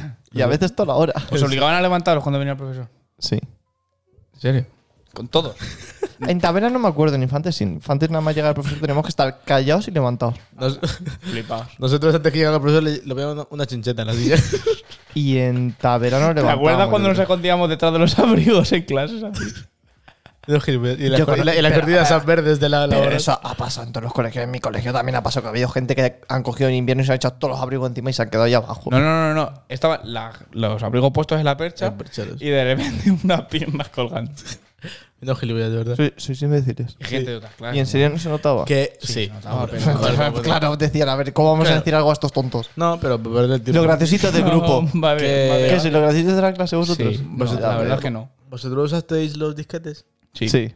Y a veces toda la hora. ¿Os obligaban a levantaros cuando venía el profesor? Sí. ¿En serio? Con todos. En Tavera no me acuerdo, en Infantes sí. En Infantes nada más llega el profesor, tenemos que estar callados y levantados. Nos- Flipaos. nosotros antes que llegara el profesor le, le poníamos una, una chincheta en la silla. Y en Tavera no ¿Te levantábamos. acuerdas cuando yo nos creo. escondíamos detrás de los abrigos en clases? Los gilipollas. y las Yo cor- y la- y las pero- cortinas esas verdes de la, la Pero hora. eso ha pasado en todos los colegios. En mi colegio también ha pasado que ha habido gente que han cogido en invierno y se han echado todos los abrigos encima y se han quedado ahí abajo. No, no, no, no. Estaban la- los abrigos puestos en la percha Los percheros. y de repente unas piernas colgando. No, gilipollas, de verdad. Sois, sois imbéciles. Y gente de otras clases. ¿Y en serio no se notaba? Que Sí, sí. notaba, hombre, pero- joder, joder, joder. Claro, decían, a ver, ¿cómo vamos a Claro. decir algo a estos tontos? No, pero por perder el tiempo. Lo graciosito del grupo. No, va a ver, Que- va a ver. ¿Qué? ¿Si lo graciosito de la clase vosotros? Sí, Pues no, ya la verdad veo. es que no. ¿Vosotros usasteis los disquetes? Sí. Sí,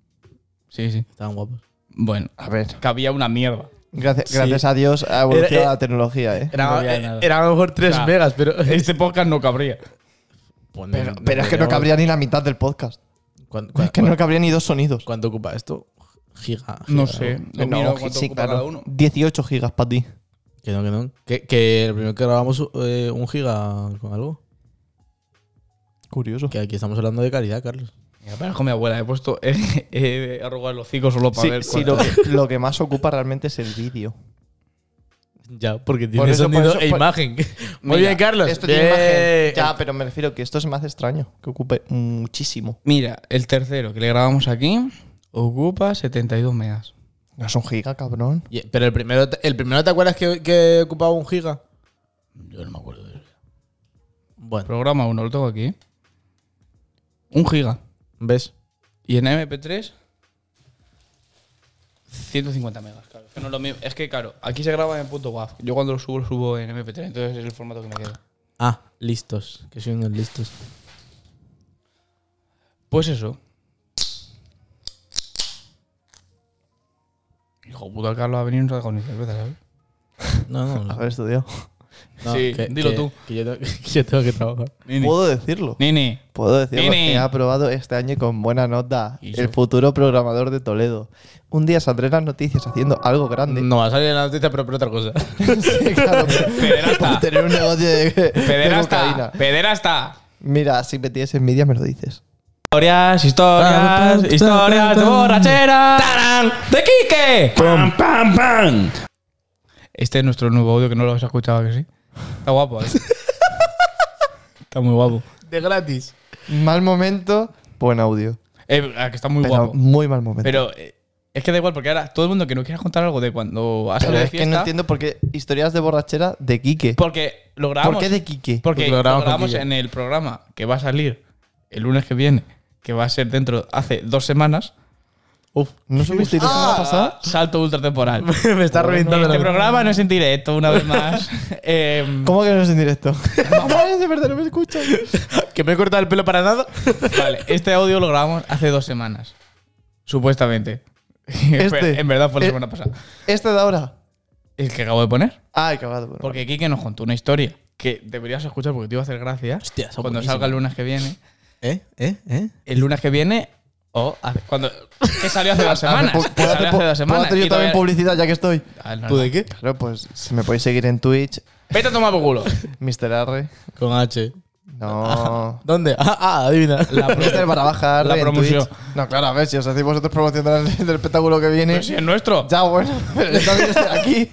Sí. sí. Estaban guapos. Bueno, A ver. que había una mierda. Gracias, Sí. gracias a Dios ha evolucionado Era- la tecnología, ¿eh? Era, No había eh, nada. era a lo mejor tres O sea, megas, pero. Este podcast no cabría. Pues Pero, no- pero es que no podríamos- cabría ni la mitad del podcast. ¿Cuán- Es cuán- que no cabría ni dos sonidos. ¿Cuánto ocupa esto? Giga. No giga, sé. ¿no? No, miro cuánto sí, ocupa claro. cada uno. dieciocho gigas para ti. Que no, que no. Que, que el primero que grabamos eh, un giga con algo. Curioso. Que aquí estamos hablando de calidad, Carlos. Mira, para con mi abuela. He puesto. He, he arrugado el hocico solo para Sí, ver. sí, cuánto- lo, que, lo que más ocupa realmente es el vídeo. Ya, porque tiene Por eso, sonido por eso, e por- imagen. Muy Mira, bien, Carlos. Esto tiene Bien. imagen. Ya, pero me refiero que esto se me hace extraño. Que ocupe muchísimo. Mira, el tercero que le grabamos aquí ocupa setenta y dos megas. No es un giga, cabrón. Y- Pero el primero, te- el primero ¿te acuerdas que, que ocupaba un giga? Yo no me acuerdo de eso. Bueno, Programa uno, lo tengo aquí. Un giga. ¿ves? Y en eme pe tres, ciento cincuenta megas. Claro. Es que, no es, lo mismo. Es que, claro, aquí se graba en punto .wav. Yo cuando lo subo, lo subo en eme pe tres. Entonces es el formato que me queda. Ah, listos. Que soy unos listos. Pues eso. Hijo puta, el Carlos ha venido y nos ha dejado ni cerveza, ¿sabes? No, no. no. Haber estudiado. No, Sí, que- dilo que- tú. Que yo, tengo, que yo tengo que trabajar. Nini. Puedo decirlo. Nini. Puedo decirlo. Nini. He aprobado este año con buena nota. Y El yo. futuro programador de Toledo. Un día saldré en las noticias haciendo algo grande. No va a salir en la noticia, pero por otra cosa. Sí, claro. Pederasta. Por tener un negocio de, de Pederasta. cocaína. Pederasta. Mira, si me tienes envidia, me lo dices. Historias, historias, historias de borrachera. ¡Tarán! ¡De Quique! ¡Pam, pam, pam! Este es nuestro nuevo audio que no lo has escuchado, ¿que sí? Está guapo, ¿eh? Está muy guapo. De gratis. Mal momento, buen audio. Eh, ah, que está muy Pero guapo. muy mal momento. Pero eh, es que da igual, porque ahora todo el mundo que no quiera contar algo de cuando has Pero salido de es que fiesta. no entiendo por qué historias de borrachera de Quique. Porque lo grabamos. ¿Por qué de Quique? Porque Porque lo lo grabamos con grabamos Guille. en el programa que va a salir el lunes que viene, que va a ser dentro hace dos semanas. Uf. ¿No subiste la semana pasada? Salto ultratemporal. Me está reventando Este la programa no es en directo, una vez más. Em, ¿Cómo que no es en directo? Mamá, de verdad no me escuchas. ¿Que me he cortado el pelo para nada? Vale, este audio lo grabamos hace dos semanas. Supuestamente. Este. En verdad fue la Eh. semana pasada. ¿Este de ahora? El que acabo de poner. Ah, he acabado. Bueno, Porque Kike nos contó una historia que deberías escuchar porque te iba a hacer gracia. Hostia, está cuando buenísimo. salga el lunes que viene. ¿Eh? ¿Eh? ¿Eh? El lunes que viene. O hace- cuando. Que salió hace dos semanas. Hace pu- Que ¿Puedo salió hacer, hace pu- dos ¿puedo semanas. hacer yo y también todavía- publicidad ya que estoy? Ah, no, ¿Tú no. de qué? Claro, pues si me podéis seguir en Twitch, Vete a tomar por culo. mister R. Con H. No. ¿Dónde? Ah, ah, adivina. La, mister barra baja R La en promoción. Twitch. No, claro, a ver, si os hacéis vosotros promoción del, del espectáculo que viene. Pero si es nuestro. Ya, bueno, pero yo también estoy aquí.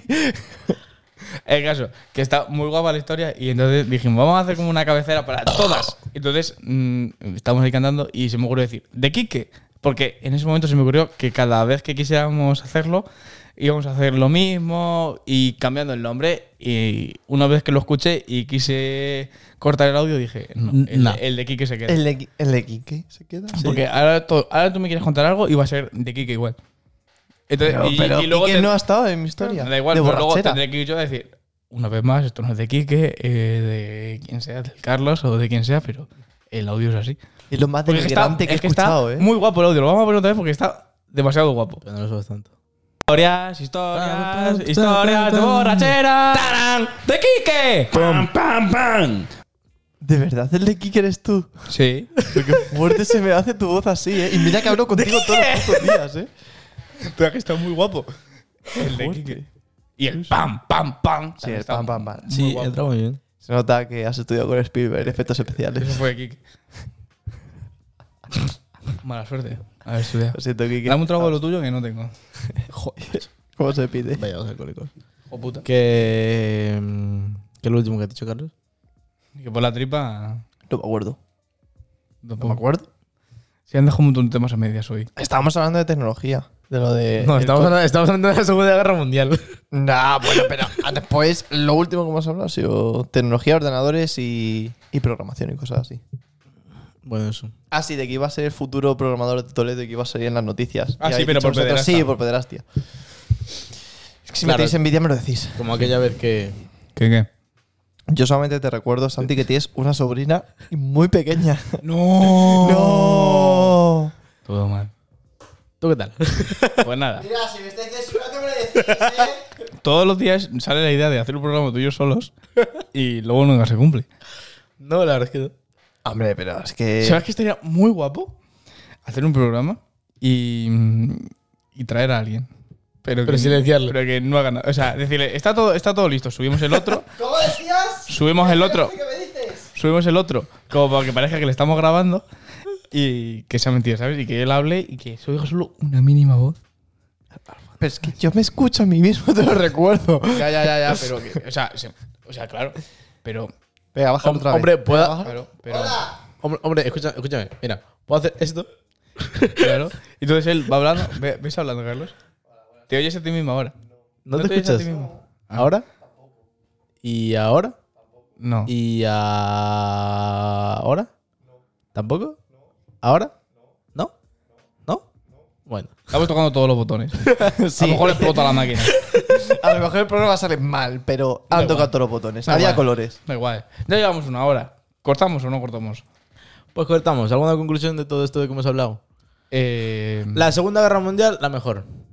El caso, que está muy guapa la historia y entonces dijimos, vamos a hacer como una cabecera para todas. Entonces, mm, estábamos ahí cantando y se me ocurrió decir, ¿de Quique? Porque en ese momento se me ocurrió que cada vez que quisiéramos hacerlo, íbamos a hacer lo mismo y cambiando el nombre. Y una vez que lo escuché y quise cortar el audio, dije, no, el, No. el de Quique se queda. ¿El de, el de Quique se queda? Porque ahora, to- ahora tú me quieres contar algo y va a ser de Quique igual. Entonces, Pero, y, pero y luego Quique te- no ha estado en mi historia. Da igual, de pero luego borrachera. tendré que ir yo a decir, una vez más, esto no es de Quique, eh, de quien sea, del Carlos o de quien sea, pero el audio es así. Es lo más Porque es que está- denigrante que he es que está escuchado, ¿eh? muy guapo el audio, lo vamos a poner otra vez porque está demasiado guapo. Pero no lo subes tanto. Historias, historias, historias de borrachera. ¡Tarán! ¡De Quique! ¡Pam, pam, pam! ¿De verdad el de Quique eres tú? Sí. Pero qué fuerte se me hace tu voz así, ¿eh? Y mira que hablo contigo todos los putos días, ¿eh? Pero que está muy guapo. El de Quique. Y el pam, pam, pam. Sí, el Está pam, pam, pam. muy Sí, guapo. entra muy bien. Se nota que has estudiado con Spielberg, efectos especiales. Eso fue de Quique. Mala suerte. A ver, estudia. Lo siento, Quique. Dame un trago de lo tuyo que no tengo. ¿Cómo se pide? Vaya dos alcohólicos. Hijo puta. Que. mm, ¿Qué es lo último que te ha dicho, Carlos? Que por la tripa. No me acuerdo. No tampoco. me acuerdo. Si han dejado un montón de temas a medias hoy. Estábamos hablando de tecnología. De lo de. No, el estamos co- hablando, estamos hablando de la Segunda Guerra Mundial. Nah, bueno, pero después lo último que hemos hablado ha sido tecnología, ordenadores y, y programación y cosas así. Bueno, eso. Ah, sí, de que iba a ser el futuro programador de Toledo y que iba a salir en las noticias. Ah, Y sí, habéis pero dicho por vosotros, pederasta. Sí, por pederastia. Es que si Claro. me tenéis envidia me lo decís. Como aquella vez que. ¿Qué qué? Yo solamente te recuerdo, Santi, que tienes una sobrina muy pequeña. ¡No! ¡No! Todo mal. ¿Tú qué tal? Pues nada. Mira, si me estáis censurando me lo decís, ¿eh? Todos los días sale la idea de hacer un programa tú y yo solos y luego nunca se cumple. No, la verdad es que no. Hombre, pero es que... ¿Sabes que estaría muy guapo? Hacer un programa y, y traer a alguien. Pero, Pero que, silenciarle. Pero que no haga nada. O sea, decirle, está todo, está todo listo, subimos el otro, ¿Cómo decías? subimos el otro, ¿Qué me dices? subimos el otro, como para que parezca que le estamos grabando y que sea mentira, ¿sabes? Y que él hable y que se oiga solo una mínima voz. Pero es que yo me escucho a mí mismo, te lo recuerdo. Ya, ya, ya, ya, pero que, o sea, se- o sea, claro, pero, Venga, bájalo Hom- otra vez. hombre, pueda- Venga, bájalo. claro, pero, Hombre, hombre escucha, escúchame. Mira, puedo hacer esto. claro. Y entonces él va hablando, ve- ves hablando, Carlos. ¿Te oyes a ti mismo ahora? ¿No, te oyes a escuchas? ti mismo? ¿Ahora? ¿Y ahora? No. ¿Y ahora? ¿Tampoco? ¿Ahora? ¿No? ¿No? Bueno. Estamos tocando todos los botones. Sí. A lo mejor explota la máquina. A lo mejor el programa sale mal, pero han Da tocado igual. todos los botones. Da Había igual. colores. Da igual. Ya llevamos una hora. ¿Cortamos o no cortamos? Pues cortamos. ¿Alguna conclusión de todo esto de que hemos hablado? Eh, La Segunda Guerra Mundial, la mejor.